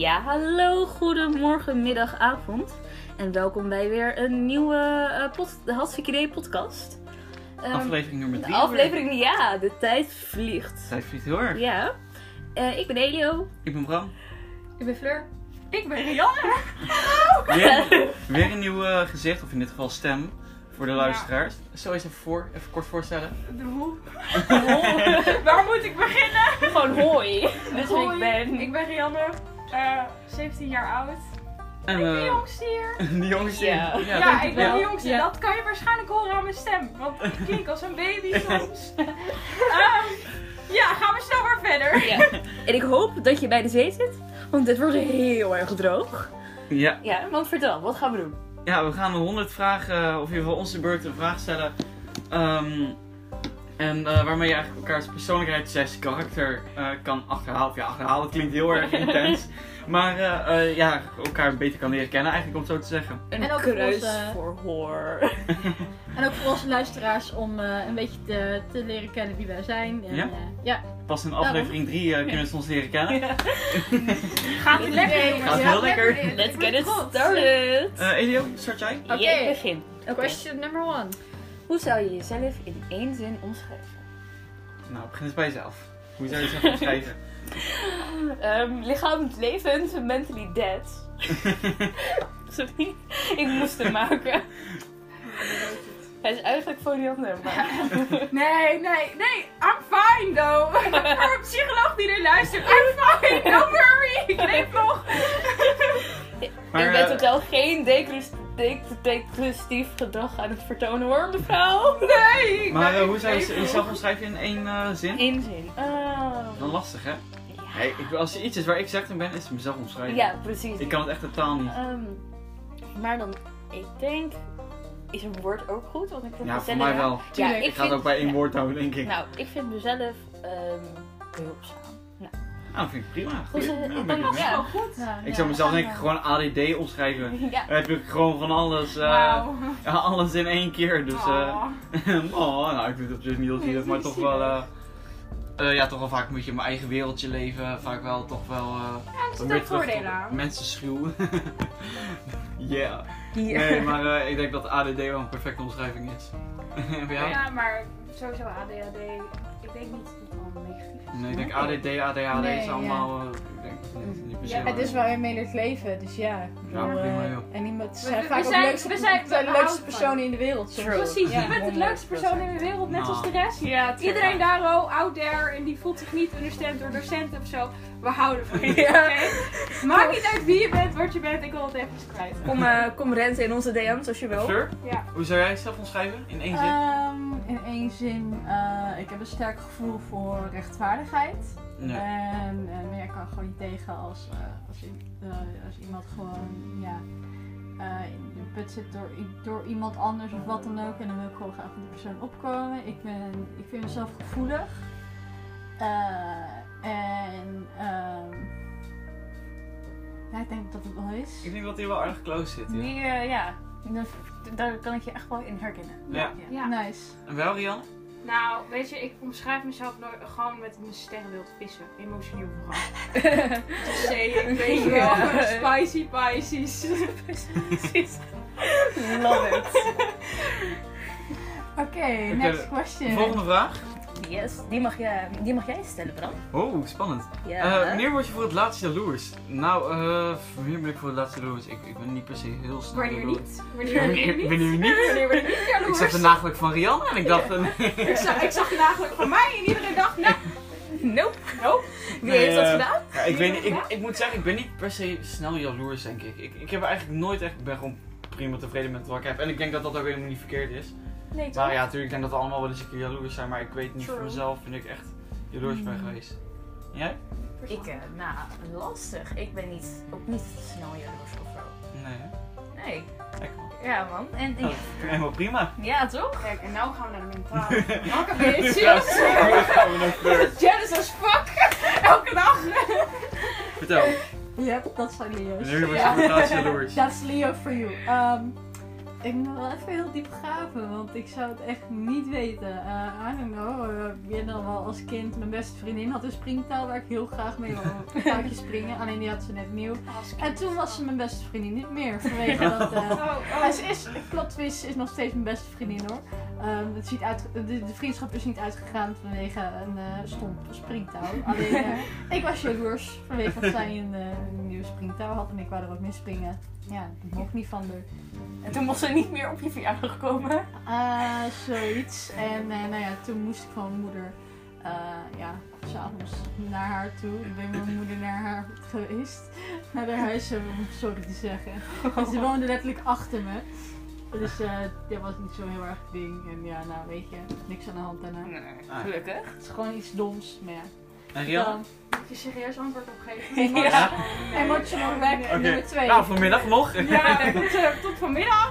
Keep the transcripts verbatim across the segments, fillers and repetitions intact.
Ja, hallo, goedemorgen, middag, avond. En welkom bij weer een nieuwe uh, pod- de Hartstikke Idee podcast. Um, aflevering nummer drie. De aflevering, weer. Ja, de tijd vliegt. De tijd vliegt heel erg. Ja. Uh, ik ben Elio. Ik ben Bram. Ik ben Fleur. Ik ben Rianne. weer, weer een nieuw uh, gezicht, of in dit geval stem, voor de luisteraars. Ja. Zal je eens even, voor, even kort voorstellen? De hoe? Waar moet ik beginnen? Gewoon hoi. Dus hoi. ik ben... Ik ben Rianne, uh, zeventien jaar oud. En, ik ben uh, de jongste hier. De jongste ja. hier? Ja, ja ik ben wel. de jongste. Ja. Dat kan je waarschijnlijk horen aan mijn stem. Want ik klink als een baby soms. um, ja, gaan we snel maar verder. Ja. En ik hoop dat je bij de zee zit. Want dit wordt heel erg droog. Ja. Ja, want vertel, wat gaan we doen? Ja, we gaan honderd vragen, of in ieder geval onze beurt een vraag stellen. Um, en uh, waarmee je eigenlijk elkaars persoonlijkheid, zes karakter uh, kan achterhalen. Ja, achterhalen klinkt heel erg intens. Maar uh, uh, ja, elkaar beter kan leren kennen eigenlijk, om het zo te zeggen. Een en ook kruisverhoor. Uh... en ook voor onze luisteraars om uh, een beetje te, te leren kennen wie wij zijn. En, ja? Uh, ja. Pas in aflevering drie uh, kunnen ze ons leren kennen. Ja. Gaat het lekker? Nee, Gaat het heel lekker? lekker. Let's get it started. Uh, Elio, start jij? Oké, okay. Ik begin. Okay. Question number one. Hoe zou je jezelf in één zin omschrijven? Nou, begin eens bij jezelf. Hoe zou je jezelf omschrijven? um, lichamelijk levend, mentally dead. Sorry, ik moest hem maken. Hij is eigenlijk voor die andere, maar... Nee, nee, nee, I'm fine though. Voor een psycholoog die er luistert, I'm fine, don't worry, ik leef nog. Maar, ik ben uh, totaal geen depressief gedrag aan het vertonen hoor, mevrouw. Nee! Maar uh, hoe zou je jezelf omschrijven in één uh, zin? Eén zin. Uh... Dan lastig, hè? Ja. Hey, ik, als er iets is waar ik slecht in ben, is het mezelf omschrijven. Ja, precies. Ik kan het echt totaal niet. Um, maar dan, ik denk, is een woord ook goed? Want ik vind ja, mezelf... voor mij wel. Ja, ik ik ga het ook bij één ja. woord houden, denk ik. Nou, ik vind mezelf um, behulpzaam. Nou. Nou, dat vind ik prima. Goed, nou, ik ben ik ja, goed. Ja, ik zou mezelf denk ik gewoon A D D omschrijven. Ja. Dan heb ik gewoon van alles, uh, wow. ja, alles in één keer. Dus, uh, oh, nou, ik vind het op zich niet heel zielig, maar toch wel, uh, uh, ja, toch wel vaak moet je in mijn eigen wereldje leven. Vaak wel, toch wel, uh, ja, er zitten ook voordelen aan. Mensen schuw. Yeah. Yeah. Nee, maar uh, ik denk dat A D D wel een perfecte omschrijving is. Ja, maar sowieso A D H D, ik denk niet dat het allemaal negatief is. Nee, ik denk A D D, A D H D nee, is allemaal, ja. uh, ik denk dat het niet per se. Ja, het is wel een mee het leven, dus ja. Ja, uh, prima joh. En iemand zijn we, vaak we ook zijn, leukste, we zijn, de leukste personen in de wereld. True. Precies, ja. Je bent de leukste persoon in de wereld, net nou. als de rest. Ja, iedereen daar al, out there, en die voelt zich niet understand door docenten of zo. We houden van je, ja. Okay? Maakt niet uit wie je bent, wat je bent, ik wil het even kwijt. Kom, uh, kom renten in onze D M's als je wil. Fleur? Ja. Hoe zou jij jezelf omschrijven? In één zin? Um, in één zin, uh, ik heb een sterk gevoel voor rechtvaardigheid. Ja. En uh, meer kan gewoon niet tegen als, uh, als, uh, als iemand gewoon ja, uh, in de put zit door, door iemand anders of wat dan ook. En dan wil ik gewoon graag van die persoon opkomen. Ik, ben, ik vind mezelf gevoelig. Uh, en um, ja, ik denk dat het wel is. Ik denk dat hij wel erg close zit. Ja. Die, uh, ja, daar kan ik je echt wel in herkennen. Ja. Ja. Nice. En wel, Rianne? Nou, weet je, ik omschrijf mezelf nooit gewoon met mijn sterrenbeeld vissen. Emotioneel vooral. Zee, weet je wel. Spicy Pisces. Love it. Oké, okay, next question. Volgende vraag. Yes, die mag, je, die mag jij stellen, Bram. Oh, spannend. Ja. Uh, wanneer word je voor het laatst jaloers? Nou, uh, wanneer ben ik voor het laatst jaloers? Ik, ik ben niet per se heel snel Wanneer jaloers. niet? Wanneer ben je niet? Wanneer niet? Wanneer ben je niet jaloers? Ik zag de nageluk van Rianne en ik dacht... Uh, ik, zag, ik zag de nageluk van mij en iedereen dacht, nou, nope. Nope. Wie nee, heeft dat uh, gedaan? Ja, ik, weet, ik, ik moet zeggen, ik ben niet per se snel jaloers, denk ik. Ik, ik heb eigenlijk nooit echt... Ik ben gewoon prima tevreden met wat ik heb. En ik denk dat dat ook helemaal niet verkeerd is. Nee, toch? Maar ja, natuurlijk, ik denk dat we allemaal wel eens een keer jaloers zijn. Maar ik weet niet True. voor mezelf, vind ik echt jaloers mm. ben geweest. Jij? Ik, uh, nou, lastig. Ik ben niet, ook niet snel jaloers of zo. Nee, hè? Nee. Lekker man. Ja, man. En, en oh, helemaal prima. Ja, toch? Kijk, en nou gaan we naar de mentale. Welke bitches? Ja, gaan we naar Fleur. Jealous as fuck. Elke dag. Vertel. Ja, yep, dat zijn Leo's. Wanneer was je voor het laatst jaloers? That's Leo for you. Um, Ik moet wel even heel diep graven, want ik zou het echt niet weten. Uh, I don't know. Uh, ik weet nog wel als kind, mijn beste vriendin had een springtouw waar ik heel graag mee wilde op een touwtje springen. Alleen die had ze net nieuw. En toen was ze mijn beste vriendin niet meer. Vanwege dat. Uh, Oh, oh. Ze is, plotwist is nog steeds mijn beste vriendin hoor. Um, het is niet uit, de, de vriendschap is niet uitgegaan vanwege een uh, stomp springtouw. Alleen uh, ik was jaloers vanwege dat zij een, uh, een nieuwe springtouw had en ik wou er ook mee springen. Ja, dat mocht niet van de. En toen mocht ze niet meer op je verjaardag komen. Uh, zoiets. En uh, nou ja, toen moest ik van mijn moeder, uh, ja, s'avonds naar haar toe. Ik ben met mijn moeder naar haar geweest. Naar haar huis, om sorry te zeggen. Want ze woonde letterlijk achter me. Dus uh, dat was niet zo heel erg ding. En ja, nou weet je, niks aan de hand daarna. Nee, gelukkig. Het is gewoon iets doms, maar ja. En Rian? Dan Moet je serieus antwoord op geven? Ja. emotional weg Oké. nummer twee. Nou, vanmiddag nog. Ja, tot, uh, tot vanmiddag.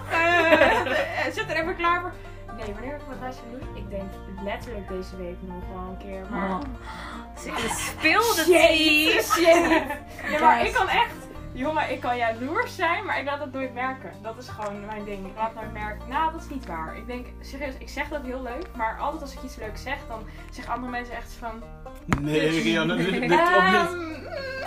Uh, zit er even klaar voor. Nee, wanneer heb ik wat thuis doen? Ik denk letterlijk deze week nog wel een keer. Maar... Oh. Ze speelde tea. Shit. Ja, maar ik kan echt... Jongen, ik kan jaloers zijn, maar ik laat het nooit merken. Dat is gewoon mijn ding. Ik laat het nooit merken. Nou, dat is niet waar. Ik denk, serieus, ik zeg dat heel leuk. Maar altijd als ik iets leuks zeg, dan zeggen andere mensen echt van... Nee, Rian, dit, dit klopt niet. Ehm,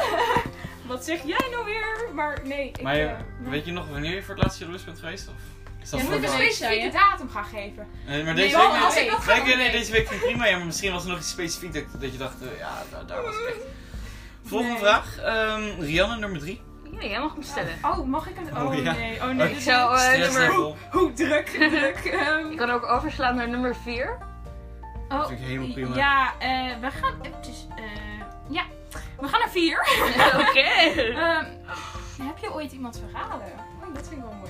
wat zeg jij nou weer? Maar nee, ik... Maar je- eh, weet je nog wanneer je voor het laatst jaloers bent geweest? Of is dat je voor moet een wel- week specifieke zijn, datum gaan geven. Nee, maar Nee, deze wel, week... als nee, ik dat ga nee, doen, nee, nee. deze week ging prima, ja, maar misschien was er nog iets specifiek dat, dat je dacht, uh, ja, daar, daar was het echt. Volgende Nee. vraag, um, Rianne, nummer drie. Ja, jij mag hem stellen. Oh, mag ik het? Oh, Oh, ja. nee, oh nee. Ik dit zou, is- eh, nummer- Stresslevel. Hoe druk, druk. ehm. Je kan ook overslaan naar nummer vier. Oh, Dat vind ik helemaal prima. ja, eh, we gaan eventjes, eh, ja, we gaan naar vier. Oké. Ehm, heb je ooit iemand verraden? Oh, dat vind ik wel mooi.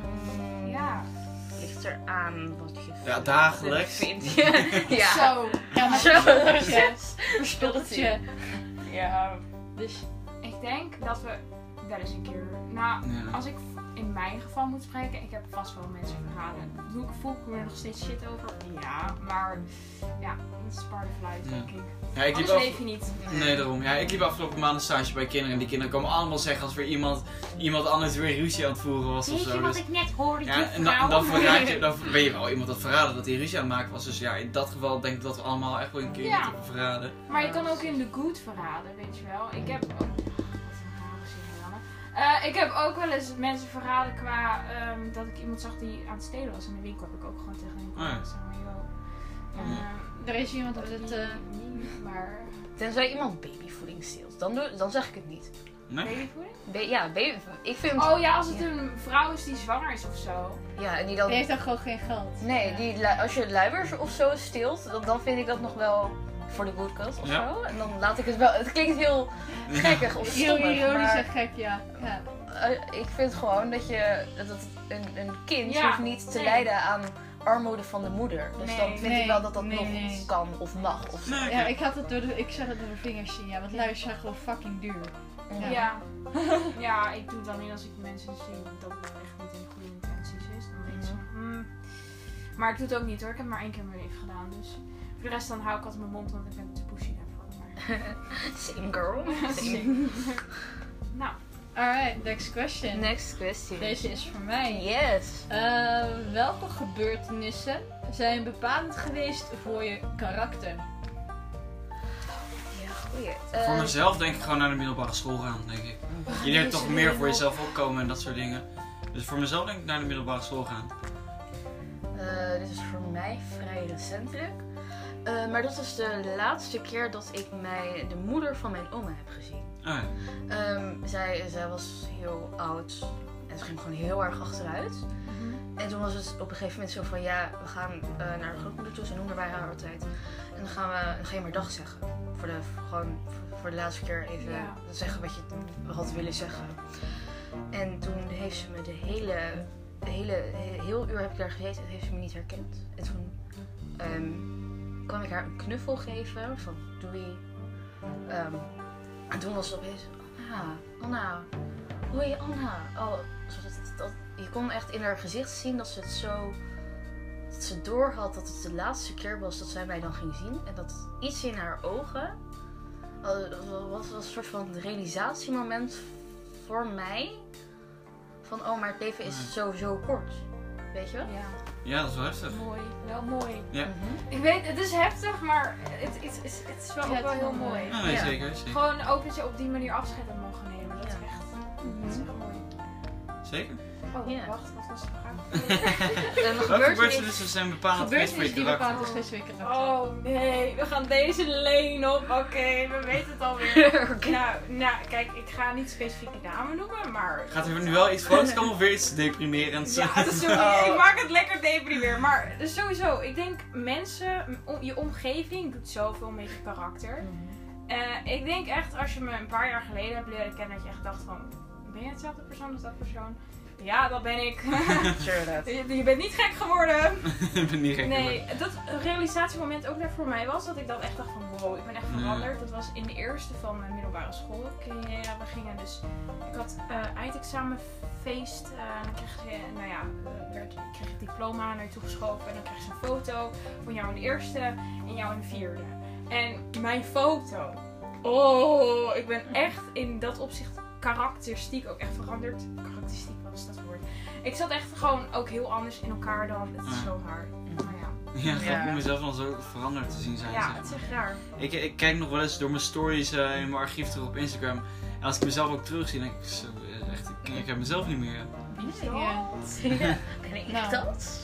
Ja. Ligt er aan wat je Ja, dagelijks. vindt. Ja. Zo. Ja, maar Zo. yes. Verstoppertje. Ja. Dus Ik denk dat we wel eens een keer, nou, Ja. als ik in mijn geval moet spreken, ik heb vast wel mensen verraden. Doe ik, voel ik me er nog steeds shit over? Ja, maar ja, het is part of life, denk ik. Ja, ik liep Anders af... leef je niet. Nee, daarom. Ja, ik liep afgelopen maand een stage bij kinderen en die kinderen komen allemaal zeggen als weer iemand, iemand anders weer ruzie aan het voeren was of zo. Dus, ik net hoorde? ja, en, dan, en dan, verraad je, dan ben je wel iemand dat verraden dat hij ruzie aan het maken was. Dus ja, in dat geval denk ik dat we allemaal echt wel een keer Ja. moeten hebben verraden. Maar je kan ook in de good verraden, weet je wel. Ik heb ook... Wat een rare zin, Janne. Eh, ik heb ook wel eens mensen verraden qua ehm, dat ik iemand zag die aan het stelen was in de winkel. Heb ik ook gewoon tegen een Oh ja. gezegd, maar joh. Mhm. er is iemand op het. Uh, niet, maar... Tenzij iemand babyvoeding steelt, dan, doe, dan zeg ik het niet. Nee? Babyvoeding? Ba- ja, baby, ik vind... Oh ja, als het Ja. een vrouw is die zwanger is of zo. Ja, en die dan... die heeft dan gewoon geen geld. Nee, die, lu- als je luiers of zo steelt, dan, dan vind ik dat nog wel voor de good cut of Ja. zo. En dan laat ik het wel... Het klinkt heel gekkig of Heel stommig, ironisch maar en gek, ja. ja. eh, ik vind gewoon dat je... Dat het, een, een kind Ja, hoeft niet te nee. lijden aan armoede van de moeder. Dus Nee. dan vind Nee, ik wel dat dat nee, nog nee. kan of mag of zo. Nee, Ja, oké. ik had het door de, ik zeg het door de vingers zien, ja, want luiers zijn gewoon fucking duur. Ja. Ja. Ja, ik doe het dan niet als ik mensen zie dat het echt niet in goede intenties is. Dan denk ik zo, hmm. Maar ik doe het ook niet hoor. Ik heb het maar één keer in mijn leven gedaan. Dus voor de rest dan hou ik altijd mijn mond, want ik ben te pushy daarvoor. Maar... Same girl. Same. Nou, Alright, next question. Next question. Deze is voor mij. Yes. Eh, welke gebeurtenissen zijn bepalend geweest voor je karakter? Ja, goeie. Voor Eh, mezelf denk ik gewoon naar de middelbare school gaan, denk ik. Je leert toch meer voor jezelf opkomen en dat soort dingen. Dus voor mezelf denk ik naar de middelbare school gaan. Eh, dit is voor mij vrij recentelijk. Eh, maar dat is de laatste keer dat ik mij, de moeder van mijn oma heb gezien. Oh ja. Ehm, zij, zij was heel oud en ze ging gewoon heel erg achteruit. En toen was het op een gegeven moment zo van ja, we gaan eh, naar de grootmoeder toe, zo noemden wij haar altijd. En dan gaan we, dan ga je maar dag zeggen. Voor de, gewoon voor, voor de laatste keer even Ja. zeggen wat je had willen zeggen. En toen heeft ze me de hele, de hele, he- heel uur heb ik daar gezeten en heeft ze me niet herkend. En toen ehm, kwam ik haar een knuffel geven van doei. Ehm, en toen was het opeens, Anna, Anna, hoi Anna. Oh, zo dat, dat, je kon echt in haar gezicht zien dat ze het zo, dat ze door had dat het de laatste keer was dat zij mij dan ging zien. En dat iets in haar ogen, oh, dat was een soort van realisatiemoment voor mij. Van oh, maar het leven is sowieso kort. weet je wel? Ja, Ja, dat is wel heftig. mooi. Wel mooi. Ja. Ik weet, het is heftig, maar het, het, het, het is wel Ja, ook het wel is heel wel mooi. mooi. Ja, nee, Ja. zeker, zeker. Gewoon ook dat je op die manier afscheid hebt mogen nemen. Dat is Ja. echt, dat is echt mooi. Zeker. Oh, Ja. wacht, wat was de vraag? Een Welke gebeurtenissen zijn bepalend geweest voor je Gebeurtenissen die karakter? bepaald is geweest voor je karakter. Oh nee, we gaan deze leen op. Oké, we weten het alweer. Oké. Nou, nou, kijk, ik ga niet specifieke namen noemen, maar... Gaat er nu wel iets vrolijks komen of weer iets deprimerends? Ja, dat is sorry, Oh. ik maak het lekker deprimeer. Maar dus sowieso, ik denk mensen, om- je omgeving doet zoveel met je karakter. Eh, ik denk echt, als je me een paar jaar geleden hebt leren kennen, dat je echt dacht van, ben je hetzelfde persoon als dat persoon? Ja, dat ben ik. Sure that. je, je bent niet gek geworden. Ik ben niet gek. Nee, dat realisatiemoment ook daar voor mij was dat ik dan echt dacht van wow, ik ben echt Ja. veranderd. Dat was in de eerste van mijn middelbare school. Ik, eh, ja, we gingen dus, ik had eh eindexamenfeest eh, en dan kreeg je, nou ja, eh, werd, ik kreeg het diploma naar je toegeschoven en dan kreeg ze een foto van jou in de eerste en jou in de vierde. En mijn foto, oh, ik ben echt in dat opzicht karakteristiek ook echt veranderd. Karakteristiek, wat is dat woord? Ik zat echt gewoon ook heel anders in elkaar dan, het is Ja. zo raar. Maar ja. Ja, grappig Ja. om mezelf al zo veranderd te zien zijn. Ja, zeg het is maar. echt raar. Ik, ik kijk nog wel eens door mijn stories eh, in mijn archief terug op Instagram. En als ik mezelf ook terugzie, denk ik, zo, eh, echt, ik, ik heb mezelf niet meer. Ja. Ja. Ben ik Nou. dat?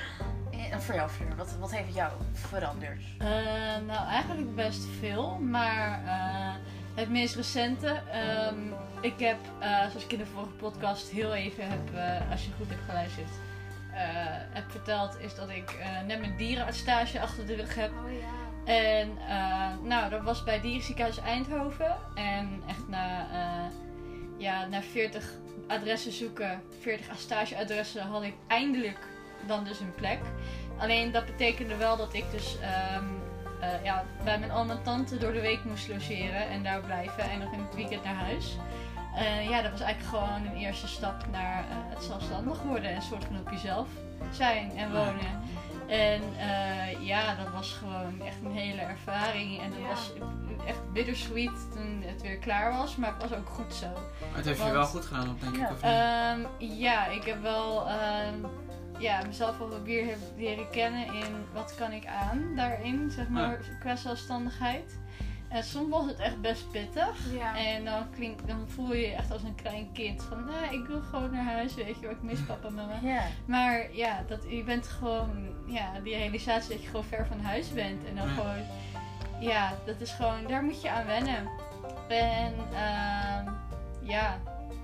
En voor jou, Fleur, wat, wat heeft jou veranderd? Eh, nou, eigenlijk best veel, maar eh, het meest recente. ehm, ik heb, eh, zoals ik in de vorige podcast heel even heb, eh, als je goed hebt geluisterd, eh, heb verteld, is dat ik eh, net mijn dierenartsstage achter de rug heb. Oh ja. En eh, nou, dat was bij Dierenziekenhuis Eindhoven. En echt na, eh, ja, na veertig adressen zoeken, veertig stageadressen, had ik eindelijk dan dus een plek. Alleen dat betekende wel dat ik dus ehm, eh, ja, bij mijn oom en tante door de week moest logeren en daar blijven en nog in het weekend naar huis. Eh, ja, dat was eigenlijk gewoon een eerste stap naar eh, het zelfstandig worden. Een soort van op jezelf zijn en wonen. En eh, ja, dat was gewoon echt een hele ervaring. En dat Ja. was echt bittersweet toen het weer klaar was. Maar het was ook goed zo. Maar het heeft je Want- wel goed gedaan, denk ik. Ja. Of niet? Ehm, ja, ik heb wel ehm, ja, mezelf wel weer heb leren kennen in wat kan ik aan daarin, zeg maar, qua zelfstandigheid. En soms was het echt best pittig. Ja. En dan, klink, dan voel je je echt als een klein kind. Van, nou, ik wil gewoon naar huis, weet je wel, ik mis papa en mama. Ja. Maar ja, dat, je bent gewoon, ja, die realisatie dat je gewoon ver van huis bent. En dan Ja. gewoon, ja, dat is gewoon, daar moet je aan wennen. En ehm ja,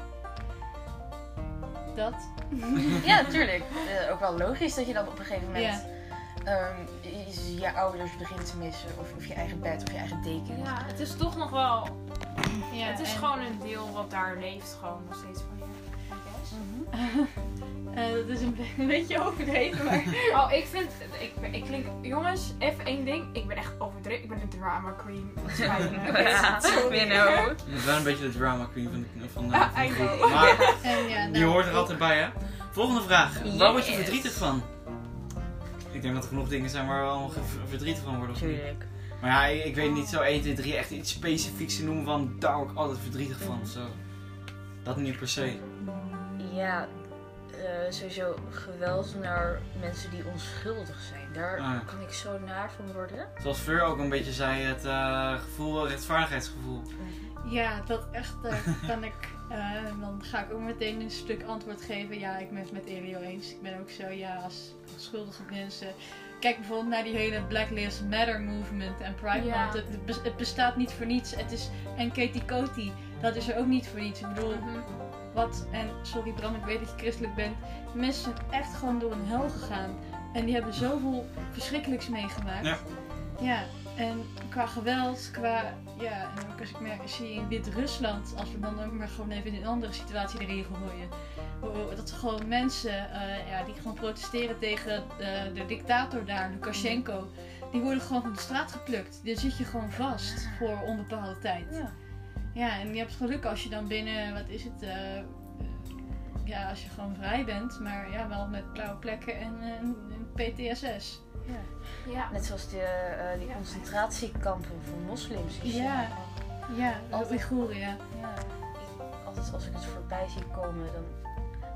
dat. Ja, natuurlijk. Eh, ook wel logisch dat je dan op een gegeven moment Ja. ehm, je, je ouders begint te missen. Of, of je eigen bed of je eigen deken. Ja, het is toch nog wel, Ja, het is en- gewoon een deel wat daar leeft gewoon nog steeds van je. I guess. Eh, dat is een, be- een beetje overdreven, maar... Oh, ik vind, ik, ik klink, jongens, even één ding. Ik ben echt overdreven. Ik ben een drama queen. Het spijt me. Ja, Sorry. you know. Je bent wel een beetje de drama queen van de, van de, Ah, van de I groep. know. Maar En ja, die nou, hoort er ik- altijd bij, hè? Volgende vraag. Waar word je Yes. verdrietig van? Ik denk dat er genoeg dingen zijn waar we allemaal ge- verdrietig van worden. Of niet? Tuurlijk. Maar ja, ik, ik weet niet zo één, twee, drie echt iets specifieks te noemen van daar word ik altijd verdrietig van. Zo. Dat niet per se. Ja, eh, sowieso geweld naar mensen die onschuldig zijn. Daar Ah. kan ik zo naar van worden. Zoals Fleur ook een beetje zei, het eh, gevoel, rechtvaardigheidsgevoel. Ja, dat echt, daar kan ik, eh, dan ga ik ook meteen een stuk antwoord geven. Ja, ik ben het met Elio eens. Ik ben ook zo, ja, als schuldige mensen. Kijk bijvoorbeeld naar die hele Black Lives Matter movement en Pride Ja. Month. Het, het bes- het bestaat niet voor niets. Het is, en Katie Coty, dat is er ook niet voor niets. Ik bedoel, Mhm. wat, en sorry Bram, ik weet dat je christelijk bent. Mensen zijn echt gewoon door een hel gegaan. En die hebben zoveel verschrikkelijks meegemaakt. Ja. Ja, en qua geweld, qua, ja, en ook als ik merk, zie je in Wit-Rusland, als we dan ook maar gewoon even in een andere situatie erin gooien. hoe- Dat er gewoon mensen, eh, ja, die gewoon protesteren tegen eh, de dictator daar, Lukashenko, die worden gewoon van de straat geplukt. Dan zit je gewoon vast voor onbepaalde tijd. Ja. Ja, en je hebt geluk als je dan binnen, wat is het, eh, eh, ja, als je gewoon vrij bent, maar ja, wel met blauwe plekken en eh, een, een P T S S. Ja. Net zoals de, eh, die Ja. concentratiekampen voor moslims. die Ja. zijn Ja, Altijd- Oeigoeren, ja. Ja, ik, altijd als ik het voorbij zie komen, dan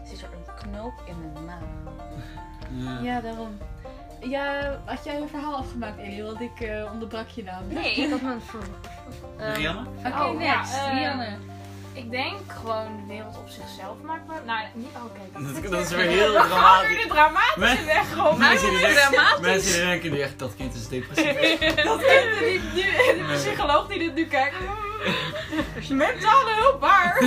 zit er een knoop in mijn maag. Ja. Ja, daarom. Ja, had jij een verhaal afgemaakt, Ellie? Want ik uh, onderbrak je naam. Nee, ik had mijn ver... Um, Rianne? Oké, okay, Oh, next. ja, uh, Rianne. Ik denk gewoon de wereld op zichzelf maakt me... Nou, niet... Oké, okay, Dat, dat, dat is weer heel We gaan dramatisch. weer de dramatische Men- weg op. Mensen die denken- dramatisch. Mensen die denken nu echt, dat kind is depressief. Dat kind, die, die, die Nee. psycholoog die dit nu kijkt. Mentale hulp, waar?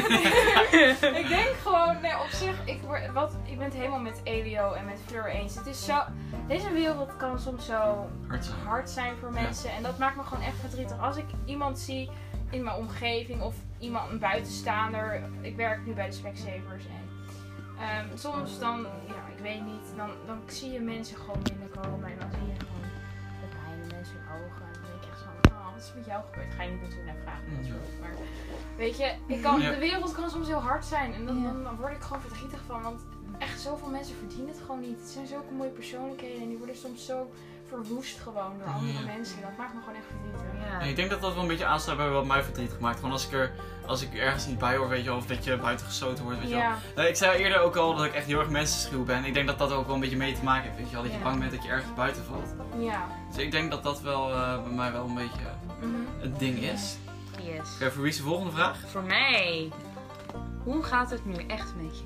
Ik denk gewoon, nee, op zich, ik, word- wat, ik ben het helemaal met Elio en met Fleur eens. Het is zo, deze wereld kan soms zo Hard zijn. hard zijn voor Ja. mensen. En dat maakt me gewoon echt verdrietig. Als ik iemand zie in mijn omgeving of iemand, een buitenstaander. Ik werk nu bij de Specsavers en ehm, soms dan, ja, ik weet niet, dan, dan zie je mensen gewoon binnenkomen en dan zie je gewoon de pijn in mensen hun ogen. En dan denk je echt zo van, oh, wat is met jou gebeurd? Ga je niet natuurlijk naar vragen, dat is Mhm. wel. Maar weet je, ik kan, Ja. de wereld kan soms heel hard zijn en dan, Ja. dan, dan word ik gewoon verdrietig van. Want echt zoveel mensen verdienen het gewoon niet. Het zijn zulke mooie persoonlijkheden en die worden soms zo verwoest gewoon door andere Ja. mensen. Dat maakt me gewoon echt verdrietig. Ja. Ja, ik denk dat dat wel een beetje aansluit bij wat mij verdrietig maakt. Gewoon als ik er, als ik ergens niet bij hoor, weet je wel, of dat je buiten gesloten wordt, weet je wel. Ja, Nou, ik zei eerder ook al dat ik echt heel erg mensenschuw ben. Ik denk dat dat ook wel een beetje mee te maken heeft, weet je wel. Dat je Ja. bang bent dat je ergens buiten valt. ja. Dus ik denk dat dat wel uh, bij mij wel een beetje Mhm. het ding is. Yes. Oké, voor wie is de volgende vraag? Voor mij. Hoe gaat het nu echt met je?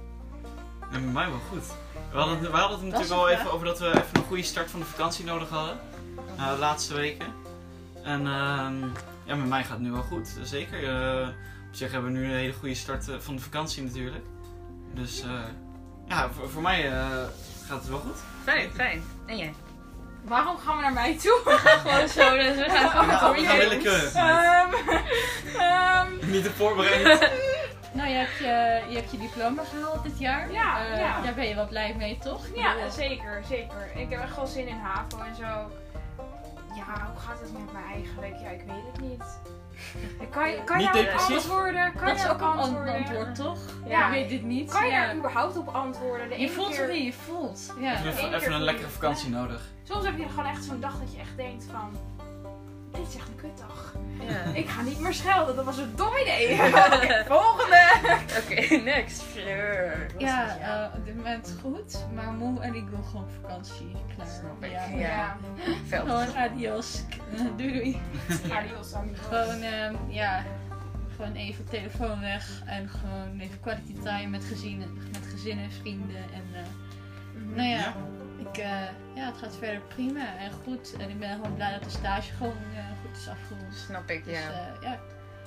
Ja, met mij wel goed. We hadden, het- we hadden het Dat natuurlijk is een al vraag. even over dat we even een goede start van de vakantie nodig hadden. Uh, de laatste weken. En ehm, ja, met mij gaat het nu wel goed. Zeker. Uh, op zich hebben we nu een hele goede start uh, van de vakantie natuurlijk. Dus uh, ja, voor, voor mij uh, gaat het wel goed. Fijn, fijn. En jij? Waarom gaan we naar mij toe? Gewoon zo, dus we gaan gewoon Ja, door we je gaan heen. willekeurig. Ehm, ehm, Niet te voorbereid. Nou, je hebt je, je hebt je diploma gehaald dit jaar. Ja, Eh, ja. Daar ben je wel blij mee, toch? Ik ja, bedoel, zeker, zeker. Ik heb echt wel zin in HAVO en zo. Ja, hoe gaat het met mij eigenlijk? Ja, ik weet het niet. Kan je, kan Niet je daarop depressief? antwoorden? Kan dat is je ook daarop een antwoorden? antwoord, toch? Ja. Ik weet dit niet. Kan je ja. daar überhaupt op antwoorden? De Je ene voelt keer- hoe je je voelt. Ja. Even, Eén even, keer even een voel lekkere je- vakantie nodig. Soms heb je gewoon echt zo'n dag dat je echt denkt van... Dit is echt een kutdag. Ja. Ik ga niet meer schelden, dat was een dom idee. Oké, volgende! Oké, next. Fleur. Wat Ja, is het, ja. eh, op dit moment goed, maar moe en ik wil gewoon op vakantie. Klaar. Snap ik. Ja. Ja. Veld. Gewoon adios. Doei doei. Adios, amigos. Gewoon, ehm, ja, gewoon even telefoon weg en gewoon even quality time met gezinnen, met gezinnen, vrienden en eh, Mhm. nou ja, Ja. ik, eh, ja, het gaat verder prima en goed en ik ben gewoon blij dat de stage gewoon eh, goed is afgerond. Snap ik, Dus ja. eh, ja.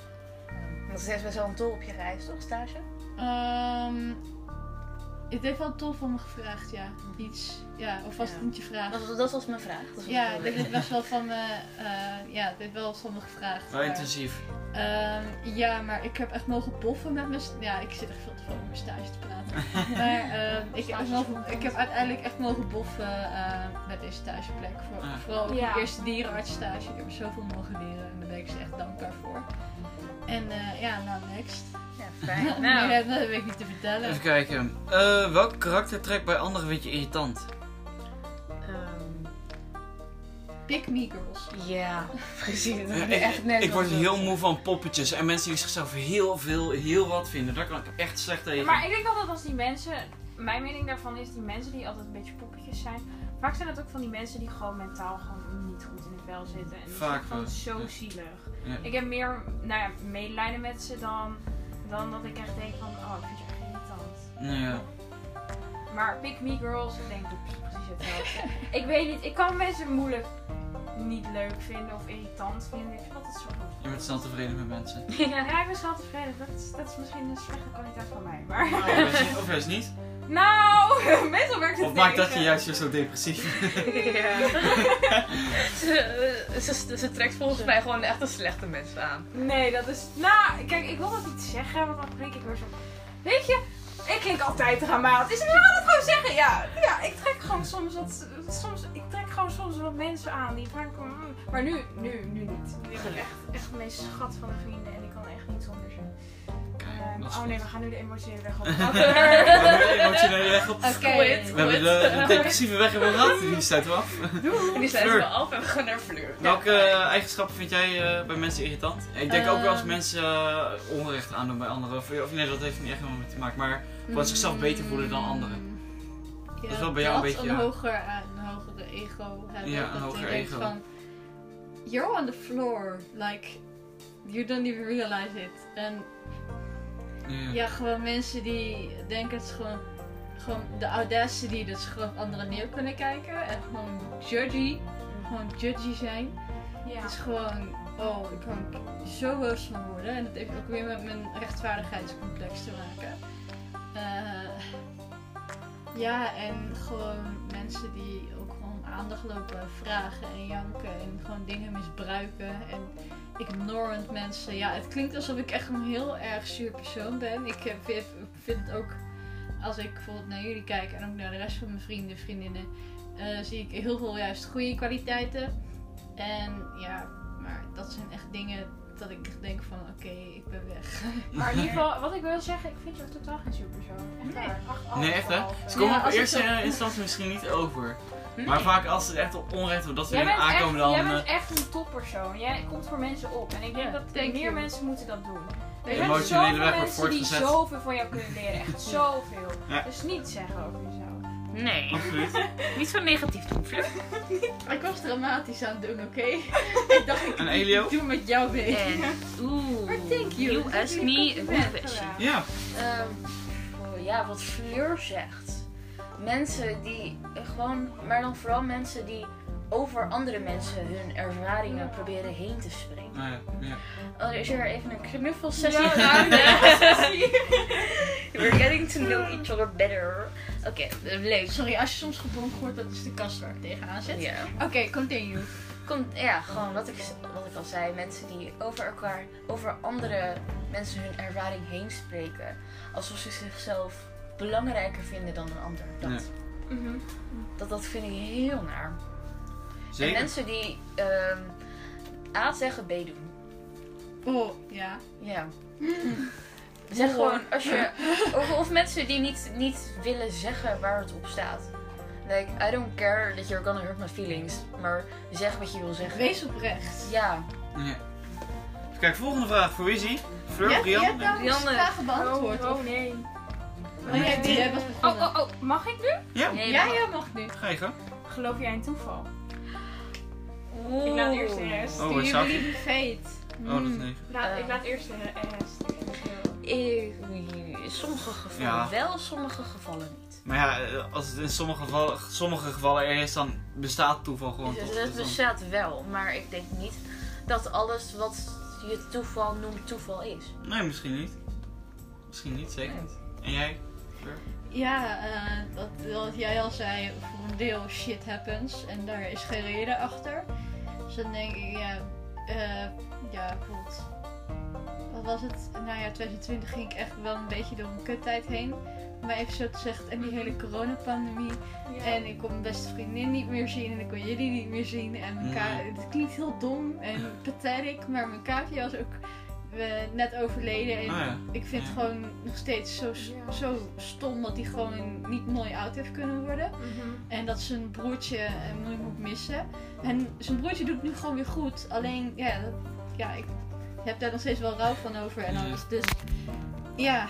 Want het is best wel een tol op je reis, toch? Stage? Ehm, het heeft wel tof van me gevraagd, ja. Iets, ja, of was het Ja. niet je vraag? Dat, dat was mijn vraag. Dat was Ja, mijn dit vraag. is best wel van me, eh, ja, dit heeft wel van me gevraagd. Wel maar- intensief. Ehm, ja, maar ik heb echt mogen boffen met mijn... st- Ja, ik zit echt veel te veel over mijn stage te praten. maar ehm, ik, heb echt mogen- ik heb uiteindelijk echt mogen boffen eh, met deze stageplek. Voor, Ja. Vooral ook Ja. de eerste dierenartsstage. Ik heb er zoveel mogen leren en daar ben ik ze echt dankbaar voor. En eh, ja, nou next. Ja, fijn. Nou. Nou, Nee, dat weet ik niet te vertellen. Even kijken. Uh, welk karaktertrek bij anderen vind je irritant? ehm, Pick me girls. ja, precies. Dat Ja, heb ik echt net ik word wel heel zo. moe van poppetjes en mensen die zichzelf heel veel, heel wat vinden. Daar kan ik echt slecht tegen. Maar ik denk altijd als die mensen, mijn mening daarvan is, die mensen die altijd een beetje poppetjes zijn, vaak zijn het ook van die mensen die gewoon mentaal gewoon niet goed in het vel zitten. En die Vaak zijn gewoon wel, zo ja. zielig. Ja. Ik heb meer, nou ja, medelijden met ze dan, dan dat ik echt denk van, oh, ik vind je echt irritant. Nou ja. Maar Pick Me Girls, ik denk precies hetzelfde. Ik weet niet, ik kan mensen moeilijk niet leuk vinden of irritant vinden. Ik vind dat het zo goed. Je bent snel tevreden met mensen. Ja. Ja, ik ben wel tevreden. Dat is, dat is misschien een slechte kwaliteit van mij. Maar Of juist niet- Of juist niet. nou, meestal werkt het Of maakt dat je tegen. juist weer zo depressief? Ja. ze, ze, ze trekt volgens mij gewoon echt de slechte mensen aan. Nee, dat is... Nou, kijk, ik wil dat niet zeggen, want dan klink ik weer zo... Weet je, ik klink altijd dramatisch. Ik wil dat gewoon zeggen, ja. Ja, ik trek gewoon soms wat... Soms, ik trek gewoon soms wat mensen aan die vaak... mm, Maar nu, nu, nu niet. Nu heb ik echt, echt de meest schat van de vrienden en ik kan echt niet zonder ze. Kijk. Uh, Dat is oh nee, goed. we gaan nu de emotionele weg op. We hebben de emotionele weg op. Oké. Goed. We hebben de, de depressieve weg hebben we gehad, die sluiten we af. Die sluiten Fleur. we af en we gaan naar Fleur. Welke eh, eigenschappen vind jij eh, bij mensen irritant? Ik denk ook wel als Ehm. mensen uh, onrecht aandoen bij anderen. Of, of nee, dat heeft niet echt helemaal mee te maken. Maar gewoon zichzelf beter voelen dan anderen. Ja, Dat is wel bij jou een dat, beetje, een ja. hoger, uh, een hogere ego hebben. Ja, een dat hoger je denkt ego. van, you're on the floor, like, you don't even realize it. En Ja. ja, gewoon mensen die denken het is gewoon, gewoon de audacity dat ze gewoon op anderen neer kunnen kijken. En gewoon judgy, gewoon judgy zijn. Ja. Het is gewoon, oh, ik kan zo boos van worden. En dat heeft ook weer met mijn rechtvaardigheidscomplex te maken. Eh, ja, en gewoon mensen die ook gewoon aandacht lopen vragen en janken en gewoon dingen misbruiken. En ignorant mensen. Ja, het klinkt alsof ik echt een heel erg zuur persoon ben. Ik heb- vind, vind het ook, als ik bijvoorbeeld naar jullie kijk en ook naar de rest van mijn vrienden, vriendinnen, eh, zie ik heel veel juist goede kwaliteiten. En ja, maar dat zijn echt dingen dat ik echt denk van oké, ik ben weg. Maar in ieder geval, wat ik wil zeggen, ik vind je totaal geen superpersoon. Echt Nee. waar. Acht, Nee, acht, echt hè? half. Ze komen Ja, op als ik eerste zo- instantie misschien niet over. Nee. Maar vaak als het echt op onrecht wordt, dat ze Jij dingen bent, echt, aankomen dan... jij eh, bent echt een toppersoon. Jij komt voor mensen op. En ik denk Ja, dat thank meer you. mensen moeten dat doen. De Er zijn emotionele zoveel weg wordt mensen die voortgezet. zoveel van jou kunnen leren. Echt zoveel. Ja. Dus niet zeggen over jezelf. Nee, Absoluut. niet zo negatief doen, Fleur. Ik was dramatisch aan het doen, oké? ik dacht ik, En Elio? ik doe met jou mee. En, oeh, Maar thank you. you Dat ask is me een a compliment. good question. Ja. Ehm, oh ja, wat Fleur zegt. Mensen die eh, gewoon, maar dan vooral mensen die over andere mensen hun ervaringen proberen heen te springen. Nou ja, ja. Oh, er is hier even een knuffelsessie Ja, gaande. sessie. We're getting to know each other better. Oké, leuk. Sorry, als je soms gebonkt wordt, dat is de kast waar ik tegenaan zit. Ja. Oké, continue. Komt, ja, gewoon wat ik, wat ik al zei. Mensen die over elkaar, over andere mensen hun ervaring heen spreken. Alsof ze zichzelf belangrijker vinden dan een ander. Dat, Ja. Mhm. dat, dat vind ik heel naar. En Zeker. mensen die ehm A zeggen, B doen. Oh, ja. Ja. Zeg gewoon, als je... Of, of mensen die niet, niet willen zeggen waar het op staat. Like, I don't care that you're gonna hurt my feelings. Maar zeg wat je wil zeggen. Wees oprecht. Ja. Ja. Even kijken, volgende vraag. Voor wie is die? Fleur, Je hebt- Brian? je hebt nou Brianne. vragen beantwoord. Oh, of- oh nee. Oh, jij, jij was Oh, begonnen. oh, oh. Mag ik nu? Ja, Nee, Ja, maar- jij mag nu. ga je gang. Geloof jij in toeval? Oeh. Ik laat eerst de rest. Oh, Do wat you zou believe in fate? Oh, dat is Hmm. negen. Laat, Eh. ik laat eerst de rest. In sommige gevallen Ja. wel, sommige gevallen niet. Maar ja, eh, als het in sommige gevallen, sommige gevallen er is, dan bestaat toeval gewoon Dus toch? het Dus dan- bestaat wel, maar ik denk niet dat alles wat je toeval noemt toeval is. Nee, misschien niet. Misschien niet, zeker niet. En jij? Fleur? Ja, eh, dat, wat jij al zei, voor een deel shit happens en daar is geen reden achter. Dus dan denk ik, ja, eh, ja, bijvoorbeeld, wat was het? Nou ja, twintig twintig ging ik echt wel een beetje door een kuttijd heen. Om maar even zo te zeggen, en die hele coronapandemie. En ik kon mijn beste vriendin niet meer zien en ik kon jullie niet meer zien. En mijn ka- het klinkt heel dom en pathetic, maar mijn cavia was ook eh, net overleden. En Oh ja. ik vind het Ja. gewoon nog steeds zo, Ja. zo stom dat hij gewoon niet mooi oud heeft kunnen worden. Mhm. En dat zijn broertje hem nu moet missen. En zijn broertje doet het nu gewoon weer goed. Alleen, ja, dat, ja ik heb daar nog steeds wel rouw van over en Ja. alles. Dus, ja.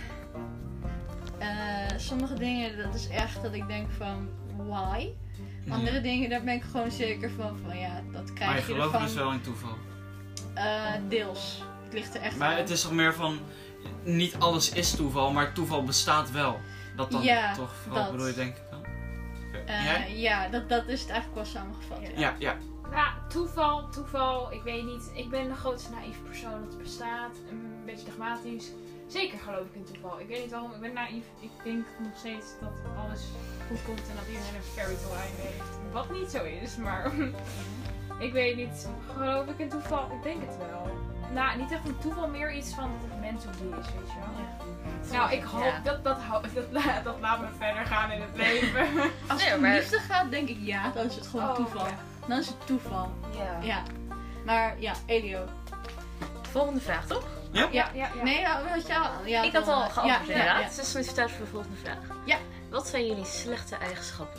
Eh, sommige dingen, dat is echt dat ik denk van, why? Andere dingen, daar ben ik gewoon zeker van, van ja, dat Maar je krijg je gelooft ervan. dus wel in toeval. Eh, deels. Het ligt er echt Maar aan. het is toch meer van, niet alles is toeval, maar toeval bestaat wel. Dat dan Ja, toch vooral dat. bedoel je denk ik dan? Oké. Eh, Jij? ja, dat, dat is het eigenlijk wel samengevat. Ja. Ja, ja. Ja, toeval, toeval, ik weet niet. Ik ben de grootste naïef persoon dat er bestaat. Een beetje dogmatisch. Zeker geloof ik in toeval. Ik weet niet waarom, ik ben naïef. Ik denk nog steeds dat alles goed komt en dat iedereen een fairy tale einde heeft. Wat niet zo is, maar ik weet niet. Geloof ik in toeval? Ik denk het wel. Nou, niet echt een toeval, meer iets van dat het meant to be is, weet je wel. Nou, ik hoop Ja. dat dat, hou- dat, la- dat laat me verder gaan in het leven. Als Nee, het om maar- liefde gaat, denk ik ja, dan is het gewoon Oh, toeval. oké. Dan is het toeval. Ja. Ja. Maar ja, Elio. Volgende vraag toch? Ja? Ja, ja, ja. Nee, nou, had je al. Ja, Ik had al ja, geantwoord ja, inderdaad. ja. Dus het is tijd voor de volgende vraag. Ja. Wat zijn jullie slechte eigenschappen?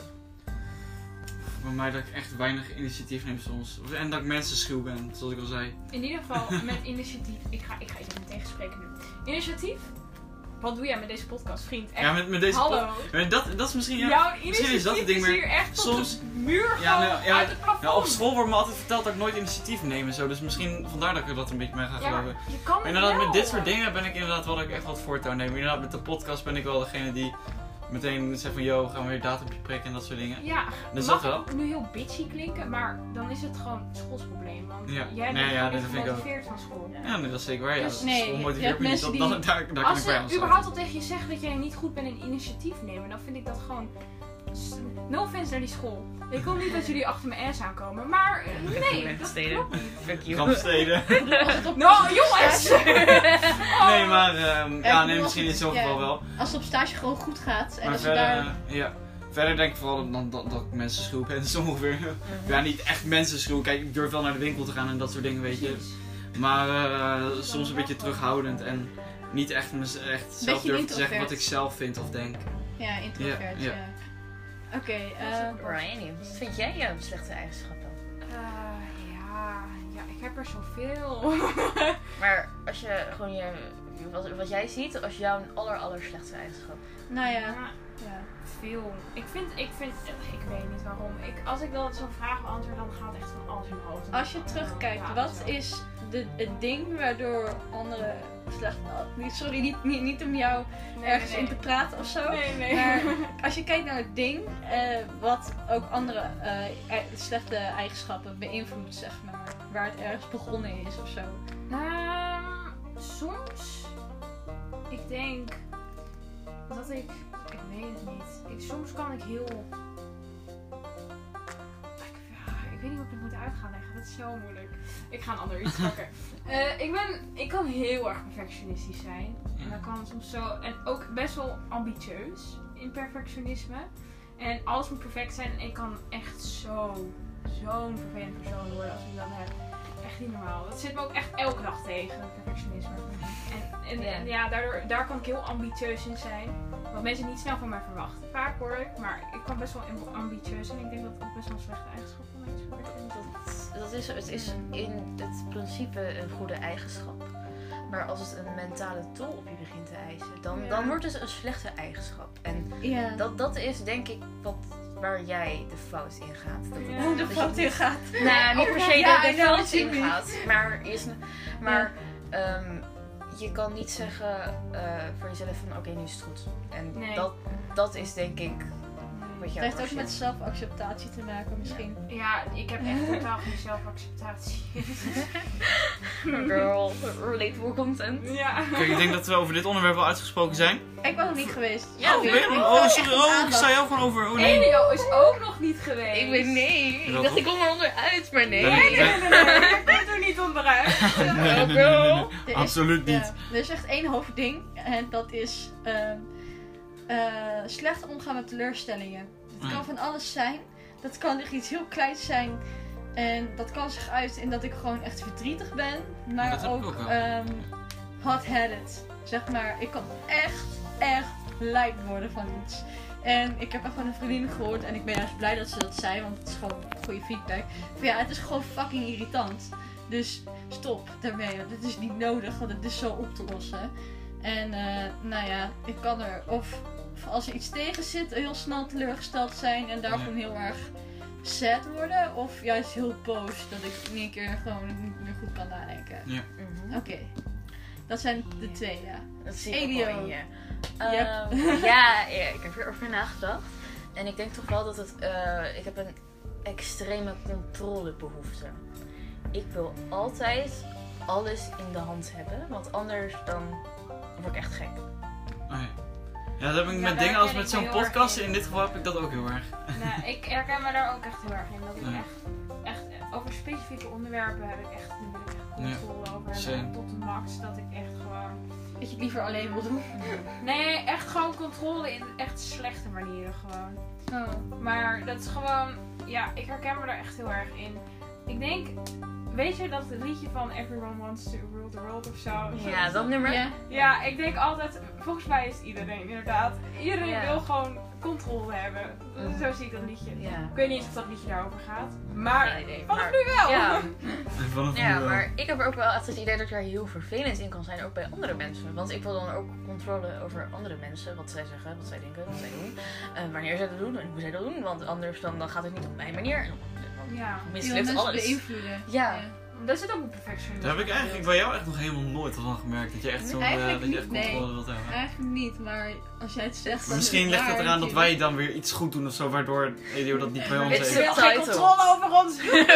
Bij mij dat ik echt weinig initiatief neem soms. En dat ik mensen schuw ben, zoals ik al zei. In ieder geval met initiatief. Ik ga, ik ga je even tegenspreken nu. Initiatief? Wat doe jij met deze podcast, vriend? Echt. Ja, met, met deze Hallo. pod- maar dat, dat is misschien... Ja, Jouw misschien initiatief is dat het ding, is maar hier echt tot soms- de muur Ja, gewoon nou, ja, uit het plafond. ja, op school wordt me altijd verteld dat ik nooit initiatief neem en zo. Dus misschien vandaar dat ik er dat een beetje mee ga Ja, maar geloven. je kan het Inderdaad, wel. met dit soort dingen ben ik inderdaad wel dat ik echt wat voortouw neem. Inderdaad, met de podcast ben ik wel degene die meteen zegt van yo, gaan we weer datampje prikken en dat soort dingen. Ja, Dus mag dat wel. nu heel bitchy klinken, maar dan is het gewoon een schoolsprobleem. Want Ja. jij Nee, bent ja, gewoon dat niet vind ik ook. gemotiveerd van school. Ja, nee, dat is zeker waar. Ja, Dus dat nee, school je motiveert hebt me niet. mensen Dat, die- dat, daar, daar kan Als ik bij ze aan überhaupt sluiten. al tegen je zeggen dat jij niet goed bent in initiatief nemen, dan vind ik dat gewoon... No offense naar die school. Ik wil niet dat jullie achter mijn ass aankomen, maar eh, nee, dat klopt niet. Fuck you. Rampsteden. Nou, jongens! Nee, maar ehm, ja, nee, misschien in zo'n Ja. geval wel. Als het op stage gewoon goed gaat en Maar als je verder, daar... eh, ja. Verder denk ik vooral dat, dat, dat ik mensen schuw ben. Zo ongeveer. Ja, niet echt mensen schuw. Kijk, ik durf wel naar de winkel te gaan en dat soort dingen, weet je. Maar eh, soms een beetje terughoudend en niet echt, mez- echt zelf Beetje durven te zeggen introvert. wat ik zelf vind of denk. Ja, introvert, Ja, ja. ja. Oké, eh... Ryan, wat vind jij jouw slechte eigenschappen? Eh, ja, ja, ik heb er zoveel. Maar als je gewoon je, wat, wat jij ziet als jouw aller aller slechtste eigenschap. nou ja. Ja, ja. veel. Ik vind, ik vind, ik weet niet waarom. Ik, als ik dan zo'n vraag beantwoord, dan gaat echt van alles in mijn hoofd. Als je terugkijkt, Ja, wat zo. is de, het ding waardoor anderen slecht... niet- Sorry, niet, niet, niet om jou Nee, ergens nee. in te praten of zo. Nee, nee. Maar als je kijkt naar het ding, eh, wat ook andere eh, e- slechte eigenschappen beïnvloedt, zeg maar. Waar het ergens begonnen is of zo. Ehm, soms, ik denk dat ik, ik weet het niet. Ik, soms kan ik heel, ik, ja, ik weet niet hoe ik het moet uit gaan leggen. Dat is zo moeilijk. Ik ga een ander iets pakken. Eh, ik ben, ik kan heel erg perfectionistisch zijn. En dat kan soms zo, en ook best wel ambitieus in perfectionisme. En alles moet perfect zijn en ik kan echt zo, zo'n vervelend persoon worden als ik dat heb. Echt niet normaal. Dat zit me ook echt elke dag tegen, perfectionisme. En, en, Ja. en ja, daardoor, daar kan ik heel ambitieus in zijn. Wat mensen niet snel van mij verwachten. Vaak hoor ik, maar ik kan best wel ambitieus zijn. Ik denk dat dat ook best wel een slechte eigenschap van mij is. Dat, dat is, het is in het principe een goede eigenschap. Maar als het een mentale tol op je begint te eisen, dan, Ja. dan wordt het een slechte eigenschap. En Ja. dat, dat is denk ik wat, waar jij de fout in gaat. Dat, Ja. dat de je fout niet- in gaat. Nou, niet per se Ja, de, I de know fout what you in mean. gaat. Maar, je sna- maar ehm, je kan niet zeggen eh, voor jezelf van oké, nu is het goed. En Nee. dat, dat is denk ik wat Het jou heeft ook dwars met zit. zelfacceptatie te maken misschien. Ja, ik heb echt totaal geen zelfacceptatie. Girl, relatable content. Ja. Kijk, ik denk dat we over dit onderwerp wel uitgesproken zijn. Ik ben nog niet geweest. Ja, oh, ik ben je- weet- oh, sorry. Oh, ik sta jou gewoon over. Oh nee. Elio is ook nog niet geweest. Ik weet nee. Ik Wat dacht op? ik kom er onderuit, maar nee. Ben Nee, ik- nee, nee, nee, nee. Je komt er niet onderuit. Nee, nee, nee, nee, nee, nee. Er is- Absoluut niet. Ja, er is echt één hoofdding en dat is ehm, eh, slecht omgaan met teleurstellingen. Het kan Ja. van alles zijn. Dat kan echt iets heel kleins zijn. En dat kan zich uiten in dat ik gewoon echt verdrietig ben. Maar dat heb ik ook, ook wel. ehm, hot-headed. Zeg maar, ik kan echt, echt lijp worden van iets. En ik heb echt van een vriendin gehoord en ik ben juist blij dat ze dat zei, want het is gewoon goede feedback. Van ja, het is gewoon fucking irritant. Dus stop daarmee, want het is niet nodig, want het is zo op te lossen. En eh, nou ja, ik kan er, of als er iets tegen zit, heel snel teleurgesteld zijn en daarvan heel erg sad worden. Of juist heel boos, dat ik in één keer gewoon niet meer goed kan nadenken. Ja. Mhm. Oké, dat zijn de twee, ja. Dat zie ik ook Elio. wel in je. Yep. Ehm, ja, ja, ik heb erover nagedacht. En ik denk toch wel dat het... eh, ik heb een extreme controlebehoefte. Ik wil altijd alles in de hand hebben. Want anders dan word ik echt gek. Oh, ja. Ja, dat heb ik Ja, met daar dingen als herken met ik me zo'n heel erg podcast. in. In dit geval heb ik dat ook heel erg. Nou, ik herken me daar ook echt heel erg in. Dat ik Ja. echt, echt, over specifieke onderwerpen heb ik echt, nu wil ik echt controle over same. hebben. Tot de max, dat ik echt gewoon... Dat je het liever alleen wil doen. Nee, echt gewoon controle in echt slechte manieren gewoon. Oh. Maar dat is gewoon, ja, ik herken me daar echt heel erg in. Ik denk weet je dat liedje van Everyone Wants to Rule the World of zo? Ja, dat nummer. Ja. Ja, ik denk altijd, volgens mij is iedereen inderdaad. Iedereen Ja. wil gewoon controle hebben. Mm. Zo zie ik dat liedje. Ja. Ik weet niet eens of dat liedje daarover gaat. Maar Geen idee, vanaf maar- nu wel. Ja, Vanaf nu ja, wel. maar ik heb er ook wel echt het idee dat ik daar heel vervelend in kan zijn, ook bij andere mensen. Want ik wil dan ook controle over andere mensen, wat zij zeggen, wat zij denken, wat zij doen. En wanneer zij dat doen en hoe zij dat doen, want anders dan, dan gaat het niet op mijn manier. En dan Ja. mislukt mensen alles. beïnvloeden. Ja. Daar zit ook een perfectionisme. Daar heb ik eigenlijk bij jou echt nog helemaal nooit van gemerkt. Dat je echt zo'n Eigenlijk uh, dat je echt niet, controle nee. wilt hebben. Eigenlijk niet, maar als jij het zegt... Maar dan misschien is ligt waar het eraan dat natuurlijk. wij dan weer iets goed doen of zo, waardoor Elio dat niet bij ons Het is heeft. wel- geen controle over ons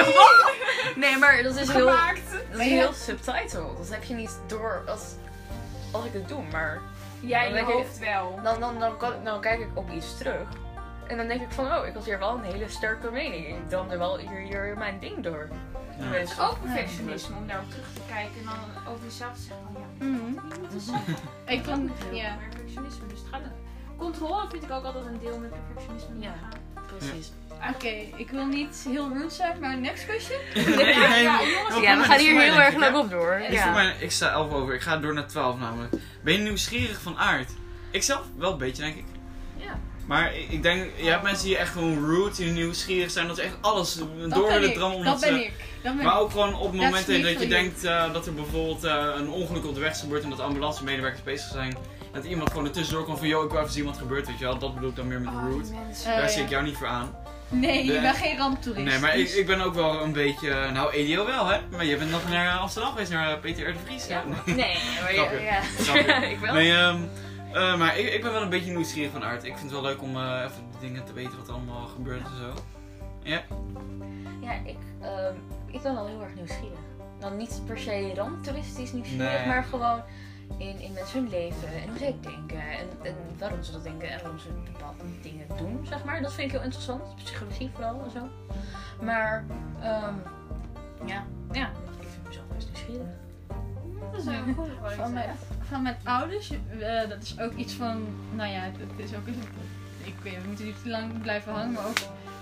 Nee, maar dat is heel, gemaakt. dat is heel subtitle. Dat heb je niet door als, als ik het doe, maar Jij in Dan je denk ik- hoofd wel. dan, dan, dan, kan, dan kijk ik op iets terug. En dan denk ik van, oh, ik had hier wel een hele sterke mening. Ik nam er wel hier, hier mijn ding door. Ja. Het is ook perfectionisme om daarop terug te kijken en dan over jezelf te zeggen van ja, Mhm. niet moeten zeggen. Ik vond... heel Ja. perfectionisme. Dus het gaat... Controle vind ik ook altijd een deel met perfectionisme Ja. gaan. Precies. Oké, ik wil niet heel rude zijn, maar next question? Nee, nee, Ja, nee. ja, Oh, jongens, voor Ja, we mij- gaan voor hier mij heel denk erg ik, lang hè. op door. Dus voor Ja. mij, ik sta elf over, ik ga door naar twaalf namelijk. Ben je nieuwsgierig van aard? Ik zelf wel een beetje, denk ik. Ja. Maar ik, ik denk, je hebt mensen die echt gewoon rude, die nieuwsgierig zijn, dat ze echt alles Dat door ben willen ik. drammen. omdat Dat ben ze- ik. Dat ben Maar ik. ook gewoon op That's momenten me dat je for you. denkt eh, dat er bijvoorbeeld eh, een ongeluk op de weg is gebeurd en dat ambulancemedewerkers bezig zijn. Dat iemand gewoon er tussendoor komt van, yo, ik wil even zien wat er gebeurt, weet je wel. Dat bedoel ik dan meer met Oh, rude. die mensen. Eh, Daar ja. zie ik jou niet voor aan. Nee, De- je bent geen ramptoerist. Nee, maar ik, dus- ik ben ook wel een beetje, nou Elio wel hè, maar je bent nog naar Amsterdam geweest, naar Peter R. de Vries. Ja. Nee. Nee, maar Grapje. ja. Grapje. ik wel. Nee, ehm, eh, maar ik, ik ben wel een beetje nieuwsgierig van aard. Ik vind het wel leuk om eh, even de dingen te weten wat er allemaal gebeurt en zo. Ja? Ja, ik, ehm, ik ben wel heel erg nieuwsgierig. Dan niet per se ramptoeristisch nieuwsgierig, Nee. maar gewoon in, in mensen hun leven en hoe zij denken en, en waarom ze dat denken en waarom ze bepaalde dingen doen, zeg maar. Dat vind ik heel interessant, psychologie vooral en zo. Maar, ehm, ja, ja, ik vind mezelf best nieuwsgierig. Dat is een goede Van kwaliteit. mijn, van mijn ouders, eh, dat is ook iets van, nou ja, het is ook een, ik weet, we moeten niet te lang blijven hangen, maar ook,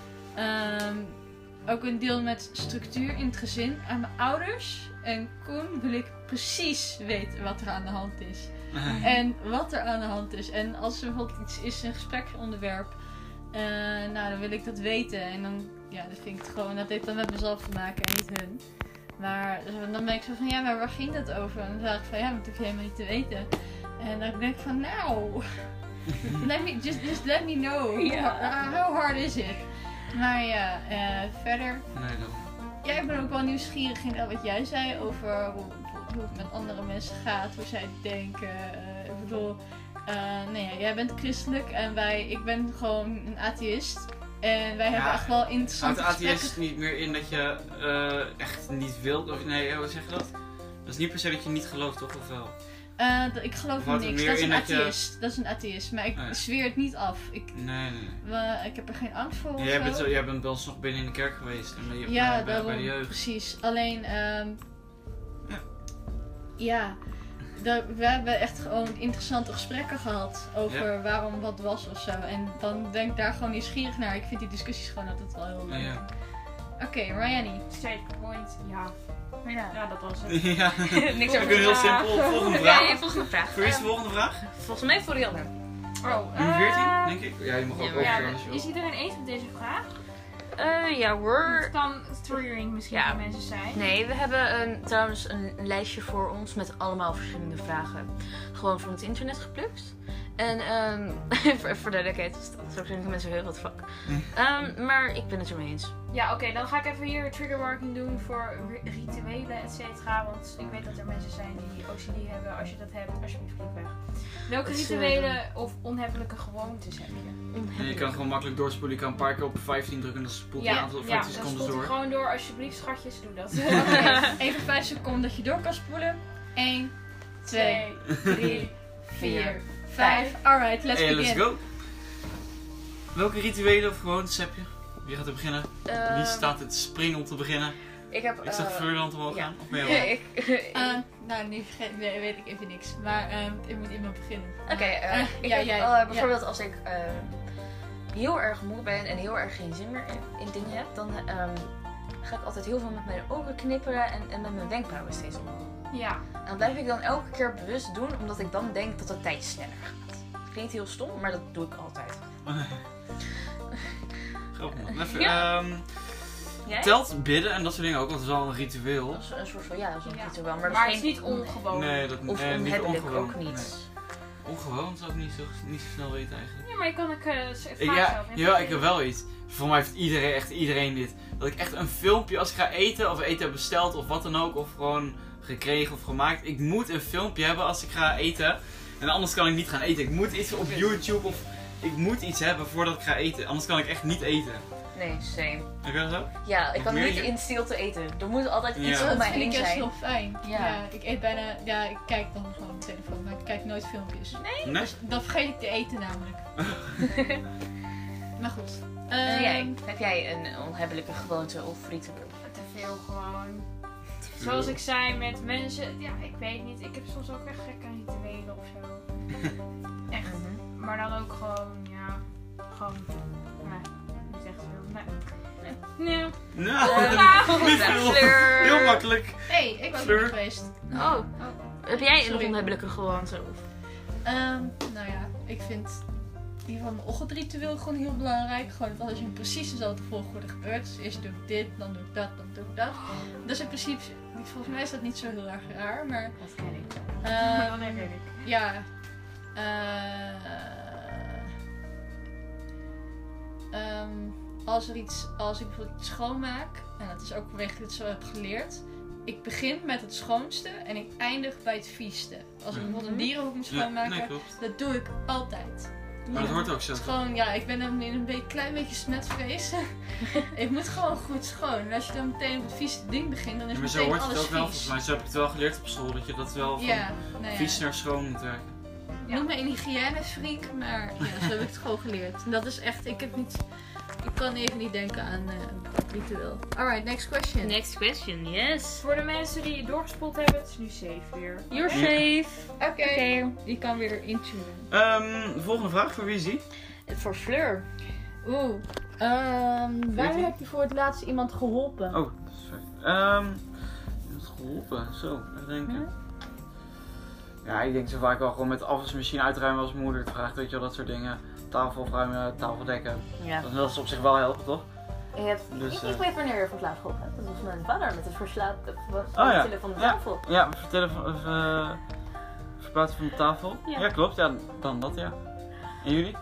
ehm, ook een deel met structuur in het gezin. Aan mijn ouders en Koen wil ik precies weten wat er aan de hand is. En wat er aan de hand is. En als er bijvoorbeeld iets is, een gespreksonderwerp, eh, nou dan wil ik dat weten. En dan, ja, dat vind ik het gewoon, dat heeft dan met mezelf te maken en niet hun. Maar dan ben ik zo van, ja, maar waar ging dat over? En dan zeg ik van, ja, maar dat hoef je helemaal niet te weten. En dan denk ik van, nou, let me, just, just let me know. Ja. Uh, how hard is it? Maar ja, eh, verder. Nee, dan. Ja, ik ben ook wel nieuwsgierig in wat jij zei over hoe, hoe het met andere mensen gaat, hoe zij denken. Uh, ik bedoel, uh, nee, ja, jij bent christelijk en wij, ik ben gewoon een atheïst. En wij hebben echt wel Houdt interessante de atheïst gesprekken. niet meer in dat je eh, echt niet wilt? Of nee, hoe zeg je dat? Dat is niet per se dat je niet gelooft, toch? Of wel? Uh, dat- ik geloof Of in houdt het niks, meer dat is in een dat je- atheïst. Dat is een atheïst, maar ik Oh ja. zweer het niet af. Ik, Nee, nee, nee. we- ik heb er geen angst voor of Jij zo. bent, zo, jij bent bij ons nog binnen in de kerk geweest. En bij, je- Ja, bij, bij, daarom, bij de jeugd. precies. Alleen, ehm Ja. ja, dat- we hebben echt gewoon interessante gesprekken gehad over Ja. waarom wat was of zo. En dan ben ik daar gewoon nieuwsgierig naar. Ik vind die discussies gewoon altijd wel heel leuk. Ja. Oké, Ryani. Straight point, ja. Ja. Ja, dat was het. Ja. Niks We over kunnen heel vragen. simpel. Volgende Ja, vraag. nee, volgende vraag. Voor wie is de Ehm, volgende vraag? volgens mij voor Rianne. Oh, Nummer veertien, eh, denk ik. Ja, je mag ook ja, over Ja, als je is wil. iedereen eens met deze vraag? Eh, ja Het hoor. kan triggering misschien Ja. voor mensen zijn. Nee, we hebben een, trouwens een lijstje voor ons met allemaal verschillende vragen. Gewoon van het internet geplukt. En ehm voor, voor duidelijkheid, straks denken mensen heel wat fuck. Ehm, maar ik ben het ermee eens. Ja, oké, dan ga ik even hier trigger warning doen voor ri- rituelen, et cetera. Want ik weet dat er mensen zijn die O C D hebben. Als je dat hebt, alsjeblieft klik weg. Welke Het is, rituelen of onhebbelijke gewoontes heb je? En je kan gewoon makkelijk doorspoelen. Je kan een paar keer op vijftien drukken en dan spoelt je een aantal ja, vijftien dan seconden spoelt door. gewoon door. Alsjeblieft, schatjes, doe dat. Oké, even vijf seconden dat je door kan spoelen. één, twee, drie, vier, vijf. Alright, let's Hey, begin. let's go. Welke rituelen of gewoontes heb je? Wie gaat er beginnen? Wie Ehm, staat er te springen om te beginnen? Ik heb... Ik zag eh, Ferdinand omhoog ja. gaan. Of ben je Ja, al? ik... Uh, nou, nu vergeet, nee, weet ik even niks. Maar ehm, ik moet iemand beginnen. Oké, eh, Eh, ik ja, heb, jij. eh, bijvoorbeeld als ik eh, heel erg moe ben en heel erg geen zin meer in, in dingen heb, dan ehm, ga ik altijd heel veel met mijn ogen knipperen en, en met mijn wenkbrauwen steeds omhoog. Ja. En dat blijf ik dan elke keer bewust doen, omdat ik dan denk dat de tijd sneller gaat. Klinkt heel stom, maar dat doe ik altijd. Grappig man. Even, Ja. ehm, Jij? telt bidden en dat soort dingen ook, want het is wel een ritueel. Dat is een soort van, ja, dat is een Ja. ritueel. Maar, Maar, dat is het is geen- niet ongewoon. Nee, dat Of nee, niet onhebbelijk ongewoon. ook niet. Nee. Ongewoon zou ik niet zo, niet zo snel weten eigenlijk. Ja, maar je kan ook uh, vraag Ik, ja, zelf ja, ik heb wel iets. Voor mij heeft iedereen, echt iedereen dit. Dat ik echt een filmpje als ik ga eten, of eten heb besteld, of wat dan ook, of gewoon gekregen of gemaakt. Ik moet een filmpje hebben als ik ga eten. En anders kan ik niet gaan eten. Ik moet iets op YouTube of ik moet iets hebben voordat ik ga eten. Anders kan ik echt niet eten. Nee, same. Heb je dat zo? Ja, ik kan Meer niet je- in stilte eten. Er moet altijd Ja. iets Dat om mij dat vind heen ik juist zijn. heel fijn. Ja. Ja. ik eet bijna, ja, ik kijk dan gewoon op mijn telefoon, maar ik kijk nooit filmpjes. Nee? Dus dan vergeet ik te eten namelijk. Maar goed. En Ehm, jij? Heb jij een onhebbelijke gewoonte of ritueel? Te veel gewoon. Zoals ik zei met mensen, ja, ik weet niet. Ik heb soms ook echt gekke rituelen of zo. Echt. Mhm. Maar dan ook gewoon, ja, gewoon, nee, niet echt veel. Nee. Nee. Nee. Nou, Eh, niet nou, veel. Fleur. Heel makkelijk. hey, ik was er Fleur. niet geweest. Oh, heb jij een Sorry. onhebbelijke gewoonte? Of? Ehm, nou ja, ik vind die van mijn ochtendritueel gewoon heel belangrijk. Gewoon dat alles in precies dezelfde volgorde gebeurt. Dus eerst doe ik dit, dan doe ik dat, dan doe ik dat. Dus in principe, volgens mij is dat niet zo heel erg raar, maar... Dat ken ik. ehm, Oh, nee, weet ik. Ja. eh, ehm, als er iets, als ik bijvoorbeeld iets schoonmaak, en dat is ook vanwege dat ik het zo heb geleerd. Ik begin met het schoonste en ik eindig bij het vieste. Als ik bijvoorbeeld een dierenhoek moet Ja, schoonmaken, nee, klopt. dat doe ik altijd. Maar dat hoort ook zo. Het is gewoon, ja, ik ben een, een beetje, klein beetje smetvrees. Ik moet gewoon goed schoon. En als je dan meteen op het vieste ding begint, dan is Ja, maar zo meteen hoort het alles ook wel, vies. volgens mij. Zo heb ik het wel geleerd op school, dat je dat wel van Ja, nou ja. vies naar schoon moet werken. Ja. Noem me een hygiënefreak, maar ja, zo heb ik het gewoon geleerd. En dat is echt, ik heb niet, ik kan even niet denken aan uh, een ritueel. Alright, next question. Next question, yes. Voor de mensen die doorgespoeld hebben, het is nu safe weer. You're Ja. safe. Oké, Oké. die kan weer intunen. Ehm, de volgende vraag, voor wie is die? Voor Fleur. Oeh, ehm waar die? heb je voor het laatst iemand geholpen? Oh, sorry. Ehm, iemand geholpen, zo, even denken. Ja, ik denk zo vaak wel gewoon met de afwasmachine uitruimen als mijn moeder het vraagt, weet je wel, dat soort dingen. Tafel opruimen, tafel dekken. Ja. Dat, dat is op zich wel helpen, toch? Ik, heb, Dus, ik, eh, ik weet wanneer je voor het laatst geholpen hebt. Dat was mijn vader met het verslapen Oh, ja. van de Ja. tafel. Ja, vertellen van, of, eh, verplaatsen van de tafel. Ja. Ja. klopt, ja, dan dat ja. En jullie?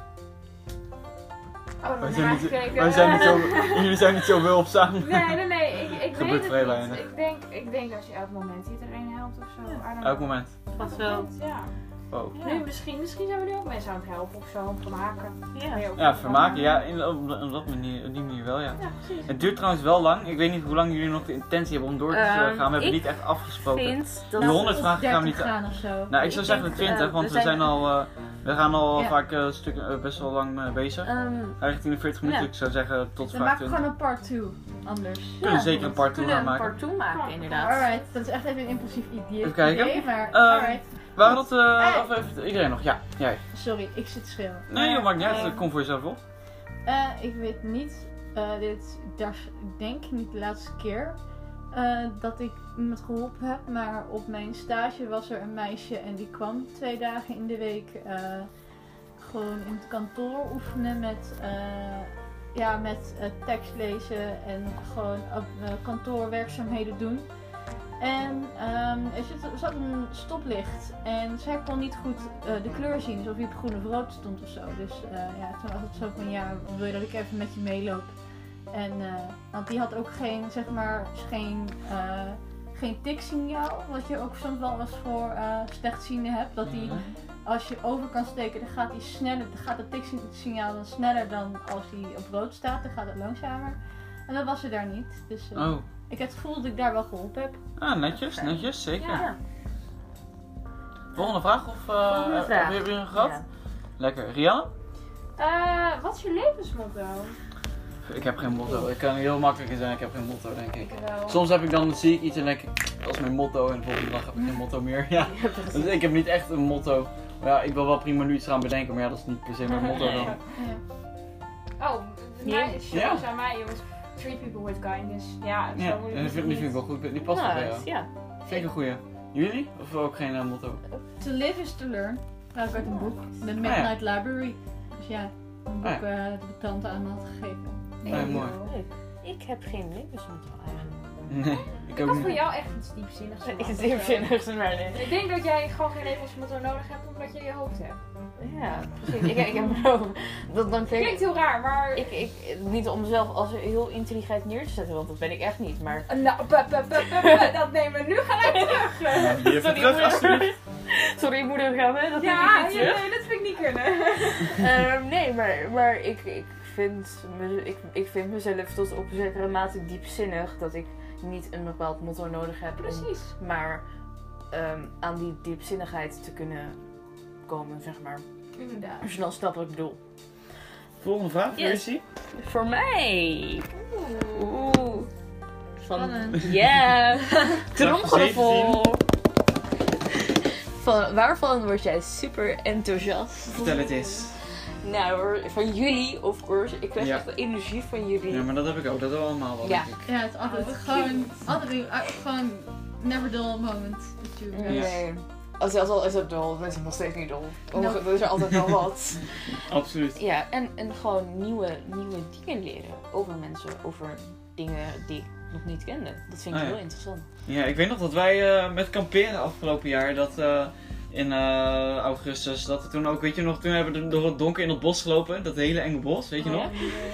Oh, Wij naar zijn mij niet, gekeken. wij zijn niet zo, jullie zijn niet zo behulpzaam. Nee, nee, nee. Ik, ik Gebeurt weet vrij het weinig. niet. Ik denk, ik denk dat je elk moment iedereen helpt of zo. I don't Elk know. moment. Dat wel. Ja. Oh. Ja. Nu misschien, misschien zijn we nu ook mensen aan het helpen of zo, om te maken. Ja. Ben je ook Ja, van- vermaken, ja, in, op, op dat manier, op die manier wel, ja. Ja, precies. Het duurt trouwens wel lang. Ik weet niet hoe lang jullie nog de intentie hebben om door te Ehm, gaan. We hebben ik niet echt afgesproken. Vind dat Die honderd vragen gaan we niet... gaan of zo. Nou, ik zou zeggen de denk, twintig, eh, want we we zijn zijn- al... eh, we gaan al Ja. vaak eh, stukken, eh, best wel lang eh, bezig. Ehm, Richting de veertig minuten, ja. ik zou zeggen tot Dan maken we vijfentwintig. gewoon een part twee, anders. We kunnen zeker een part we two kunnen gaan een maken. part two maken, inderdaad. Alright, dat is echt even een impulsief idee. Even kijken. idee, maar Ehm, alright. Waren dat... eh Hey. of even iedereen nog? Ja, jij. Sorry, ik zit schreeuwen. Nee, joh, maakt niet uit. Ehm, Kom voor jezelf op. Eh, ik weet niet, eh, dit dat is, ik denk niet de laatste keer eh, dat ik iemand geholpen heb, maar op mijn stage was er een meisje en die kwam twee dagen in de week eh, gewoon in het kantoor oefenen met, eh, ja, met eh, tekst lezen en gewoon eh, kantoorwerkzaamheden doen. En ehm, er zit- er zat een stoplicht en zij kon niet goed eh, de kleur zien, alsof hij op groen of rood stond of zo. Dus eh, ja, toen was het zo van, ja, wil je dat ik even met je meeloop? En, eh, want die had ook geen, zeg maar, geen, eh, geen tiksignaal, wat je ook soms wel eens voor uh, slechtzienden hebt. Dat die, als je over kan steken, dan gaat, die sneller, dan gaat het tiksignaal dan sneller dan als die op rood staat, dan gaat het langzamer. En dat was ze daar niet. Dus uh, Oh. ik heb het gevoel dat ik daar wel geholpen heb. Ah, netjes, netjes, zeker. Ja. Volgende vraag of uh, Volgende heb- vraag. heb je er een gehad? Ja. Lekker. Rianne? Eh, wat is je levensmotto? Ik heb geen motto. Ik kan heel makkelijk zijn, ik heb geen motto denk ik. Ik wel. Soms heb ik dan, zie ik iets en denk ik, dat is mijn motto en de volgende dag heb ik geen motto meer. Ja. Dus ik heb niet echt een motto. Maar ja, ik wil wel prima nu iets gaan bedenken, maar ja, dat is niet per se mijn motto dan. Ja. Oh, mij, Ja. shows aan mij jongens. treat people with kindness. Ja, zo Ja, moeilijk en die is het vind, die vind ik niet. wel goed. Die past wel bij jou. Nice, ja. Vind ik een goeie. Jullie? Of ook geen uh, motto? To live is to learn. Ga ik uit een boek. The Midnight Library. Dus ja, een boek Ah, ja. uh, dat mijn tante aan me had gegeven. Ja, mooi. Leuk. Ik heb geen levensmotto eigenlijk. Nee, ik Ik ook had voor niet. jou echt iets diepzinnigs Ik verwacht. is zinnig, maar nee. Ik denk dat jij gewoon geen levensmotto nodig hebt omdat je je hoofd hebt. Ja, precies. Ik, ik heb me ook. Dat dan Klinkt klinkt heel raar, maar... ik, ik, niet om mezelf als heel intelligent neer te zetten, want dat ben ik echt niet. Maar Nou, p- p- p- p- dat nemen we nu gelijk terug. Ja, die even Sorry, terug, moeder. alsjeblieft. Sorry moeder, gaan we? Dat Ja, vind ik ja, niet terug. nee, dat vind ik niet kunnen. Ehm, nee, maar, maar ik, ik, vind me, ik, ik vind mezelf tot op zekere mate diepzinnig dat ik niet een bepaald motto nodig heb. om Precies. maar ehm, aan die diepzinnigheid te kunnen komen, zeg maar. Inderdaad. Als je dan snapt wat ik bedoel. Volgende vraag, Yes. Lucy. Voor mij. Oeh. Van, Spannend. ja. Tromgeroffel. zeventien. Van, waarvan word jij super enthousiast? Vertel het eens. Nou, hoor, van jullie, of course. Ik krijg Ja. echt de energie van jullie. Ja, maar dat heb ik ook. Dat hebben we allemaal wel, Ja. denk ik. Ja, het is altijd Oh, gewoon, altijd een- uh, gewoon never dull moment. That you guys. Nee. Als, als, als is het dol, dan is het nog steeds niet dol. Oh, Nope. er is er altijd wel wat. Absoluut. Ja, en, en gewoon nieuwe, nieuwe dingen leren over mensen, over dingen die ik nog niet kende. Dat vind ik Oh, ja. heel interessant. Ja, ik weet nog dat wij uh, met kamperen afgelopen jaar, dat uh, in uh, augustus, dat we toen ook, weet je nog, toen hebben we door het donker in het bos gelopen, dat hele enge bos, weet je nog?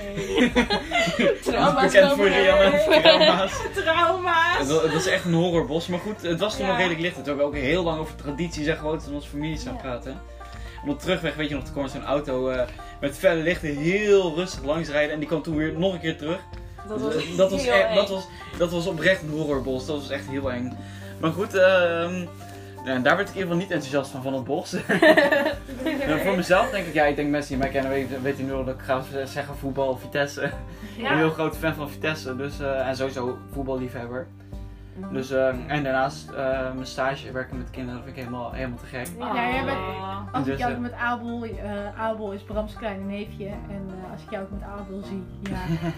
Trauma's Bekend voor komen Rianne, er. trauma's. Trauma's. Het wa- het was echt een horrorbos, maar goed, het was toen Ja. nog redelijk licht. Toen hebben we ook heel lang over tradities en gewoontes van onze families aan Ja. praten. En op de terugweg, weet je nog, toen kwam zo'n auto uh, met felle lichten heel rustig langs rijden en die kwam toen weer nog een keer terug. Dat was, Dus, uh, dat, was heel echt, eng. dat, was, dat was oprecht een horrorbos, dat was echt heel eng. Maar goed, ehm ja, daar werd ik in ieder geval niet enthousiast van, van het bos. Ja, voor mezelf denk ik, ja, ik denk mensen die mij kennen weten, weten nu al dat ik ga zeggen voetbal of Vitesse. Ik ben een heel grote fan van Vitesse, dus, uh, en sowieso voetballiefhebber. Mhm. Dus, uh, en daarnaast uh, mijn stage werken met kinderen, dat vind ik helemaal, helemaal te gek. Ja, jij bent- Als ik Dus, jou uh, ook met Abel, uh, Abel is Brams kleine neefje. En uh, als ik jou ook met Abel zie, ja.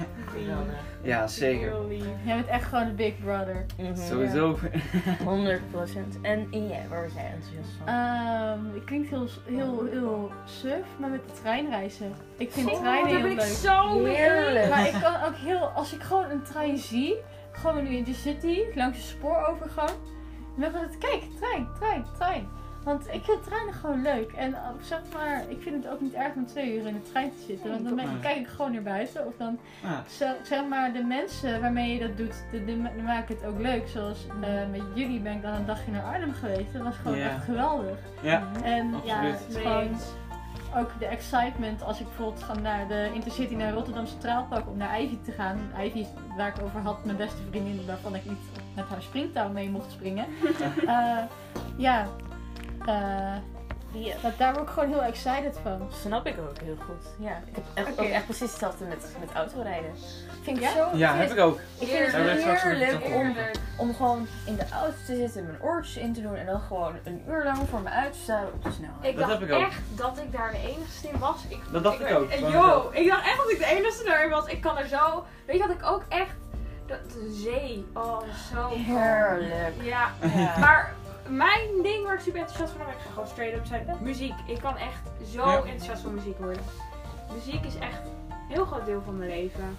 Ja, zeker. Jij bent echt gewoon een big brother. Mhm. Sowieso. honderd procent. En en jij, waar was jij enthousiast van? Um, het klinkt heel, heel, heel suf, maar met de treinreizen. Ik vind Oh, treinen daar heel ben ik leuk. zo mee Heerlijk. eens. Maar ik kan ook heel, als ik gewoon een trein zie, gewoon nu in de city, langs de spoorovergang, dan ben ik altijd, kijk, trein, trein, trein. Want ik vind treinen gewoon leuk. En uh, zeg maar, ik vind het ook niet erg om twee uur in de trein te zitten. Want dan ben- Nee. kijk ik gewoon naar buiten. Of dan, Ah, zo- zeg maar, de mensen waarmee je dat doet, die, die ma- die maken het ook leuk. Zoals uh, met jullie ben ik dan een dagje naar Arnhem geweest. Dat was gewoon Ja. echt geweldig. ja, En ja, Absoluut. het is gewoon ook de excitement als ik bijvoorbeeld ga naar de Intercity naar Rotterdam Centraal Park om naar Ivy te gaan. Ivy is waar ik over had, mijn beste vriendin waarvan ik niet met haar springtouw mee mocht springen. Uh, ja, uh, Ja. dat, daar word ik gewoon heel excited van. Snap ik ook heel goed. Ja, ik heb echt, Oké. ook echt precies hetzelfde met, met autorijden. Vind ik Ja? zo ja, heb ik ook. Ik vind Daar wil ik het straks nog heerlijk iets om, Heerlijk. om gewoon in de auto te zitten, mijn oortjes in te doen en dan gewoon een uur lang voor me uit te staan op de snelheid. Ik Dat dacht heb ik ook. echt dat ik daar de enigste in was. Ik, Dat dacht ik ook. En Van yo, mezelf. ik dacht echt dat ik de enigste daarin was. Ik kan er zo... Weet je wat ik ook echt... De, de zee. Oh, zo... Heerlijk. Ja. Ja. Maar mijn ding waar ik super enthousiast van ben, ik ga gewoon straight up zijn muziek. Ik kan echt zo Ja. enthousiast van muziek worden. Muziek is echt een heel groot deel van mijn leven.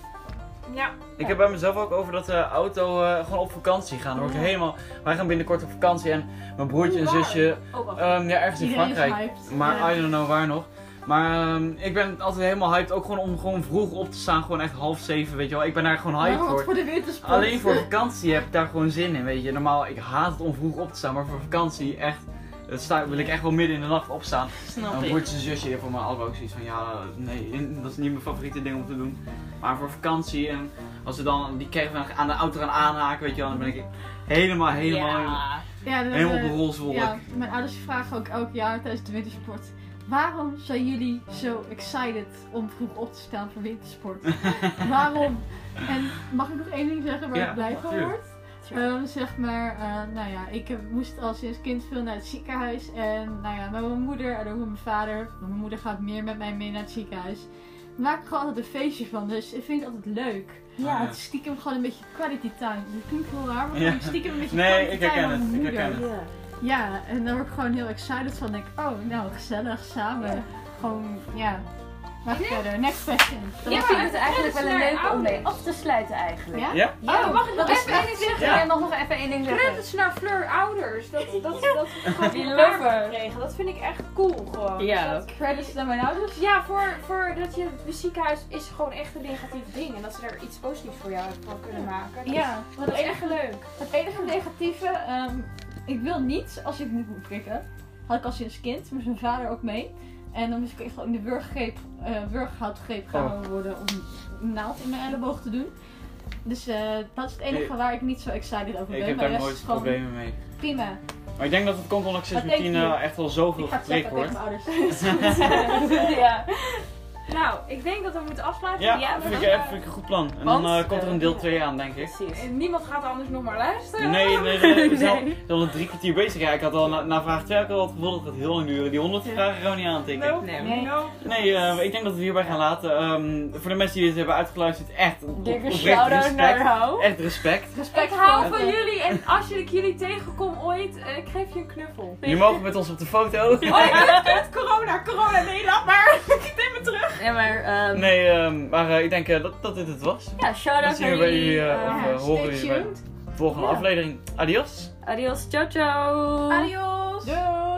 Ja. Ik heb bij mezelf ook over dat de auto uh, gewoon op vakantie gaan. Dan word ik helemaal... Wij gaan binnenkort op vakantie en mijn broertje en Waar? zusje... Ook wel. Um, ja, ergens in Iedereen is Frankrijk. hyped. Maar Ja. I don't know waar nog. Maar um, ik ben altijd helemaal hyped. Ook gewoon om gewoon vroeg op te staan. Gewoon echt half zeven, weet je wel. Ik ben daar gewoon hyped Maar wat voor. voor de wintersport. Alleen voor vakantie heb ik daar gewoon zin in, weet je. Normaal, ik haat het om vroeg op te staan. Maar voor vakantie, echt... Dat sta, wil ik echt wel midden in de nacht opstaan. Snap Mijn ik. broertje en zusje hebben voor mij allemaal ook zoiets van... Ja, nee, dat is niet mijn favoriete ding om te doen. Maar voor vakantie en als we dan die caravan aan de auto gaan aanhaken, weet je wel. Dan ben ik helemaal, helemaal... Ja. Ja, de- Helemaal op de- de roze wolk. Ja, mijn ouders vragen ook elk jaar tijdens de wintersport. Waarom zijn jullie zo excited om vroeg op te staan voor wintersport? Waarom? En mag ik nog één ding zeggen waar Ja, ik blij van tuurlijk. word? Um, zeg maar, uh, nou ja, ik heb, moest al sinds kind veel naar het ziekenhuis. En nou ja, met mijn moeder en ook met mijn vader. Mijn moeder gaat meer met mij mee naar het ziekenhuis. Daar maak ik gewoon altijd een feestje van. Dus ik vind het altijd leuk. Ja, het is stiekem gewoon een beetje quality time. Dat klinkt heel raar, maar Ja. gewoon stiekem een beetje Nee, quality ik time herken met het, mijn ik herken moeder. het. Ja. Ja, en daar word ik gewoon heel excited van. Denk ik, oh, nou, gezellig, samen. Ja. Gewoon, ja. Maar verder, next question. Dan Ja, vind ik maar het eigenlijk wel een credits naar leuke om mee ouders. af te sluiten eigenlijk. Ja? Ja? Ja, Oh, mag ik nog dat is even één echt- ding zeggen? Ja, nog nog even één ding zeggen. Credits naar Fleur ouders. Dat, dat, dat, dat gewoon Die die love hebben her. gekregen. Dat vind ik echt cool gewoon. Ja. Dat- Credits naar mijn ouders. Ja, voor, voor dat je het ziekenhuis is gewoon echt een negatief ding. En dat ze er iets positiefs voor jou van kunnen maken. Dat Ja, is, maar dat het is echt enige, leuk. het enige negatieve, ehm, ik wil niet, als ik niet moet prikken, had ik als sinds kind, moest mijn vader ook mee. En dan moest ik echt in de wurggreep, eh wurghoutgreep gehouden worden om een naald in mijn elleboog te doen. Dus eh, dat is het enige Ik- waar ik niet zo excited over ben. Ik heb maar de daar rest nooit is gewoon problemen mee. prima. Maar ik denk dat het komt omdat ik sinds Wat mijn denk tien je? eh, echt wel zoveel Ik ga het geprikt zeggen tegen word. mijn ouders. Ja. Nou, ik denk dat we moeten afsluiten. Ja, Ja, vind, ik, dan, eh, eh, vind ik een goed plan. En dan Want, eh, komt er eh, een deel twee aan, denk ik. Precies. En niemand gaat anders nog maar luisteren. Nee, nee, nee, we zijn al- al een drie kwartier bezig. Ja, ik had al na, na vraag twee ook al het gevoel dat het heel lang duurde. Die honderd vragen gewoon niet aantikken. Nope. Nee. Nee. Nope. Nee, eh, ik denk dat we het hierbij gaan laten. Ehm, voor de mensen die dit hebben uitgeluisterd, echt op- Dikke oprecht shout-out naar respect. jou. Echt respect. Respect Ik hou voor- van jullie en als ik jullie tegenkom ooit, eh, ik geef je een knuffel. Je mogen met ons op de foto. Oh, kut, kut, corona, corona, nee, laat maar. Ik neem het terug. Ja, maar, ehm, Nee, ehm, maar eh, ik denk eh, dat, dat dit het was. ja, Dan shout-out zien naar we bij jullie. jullie, eh, eh, of, Ja, eh, horen stay jullie bij tuned. de volgende Ja. aflevering. Adios. Adios, ciao ciao. Adios. Doei!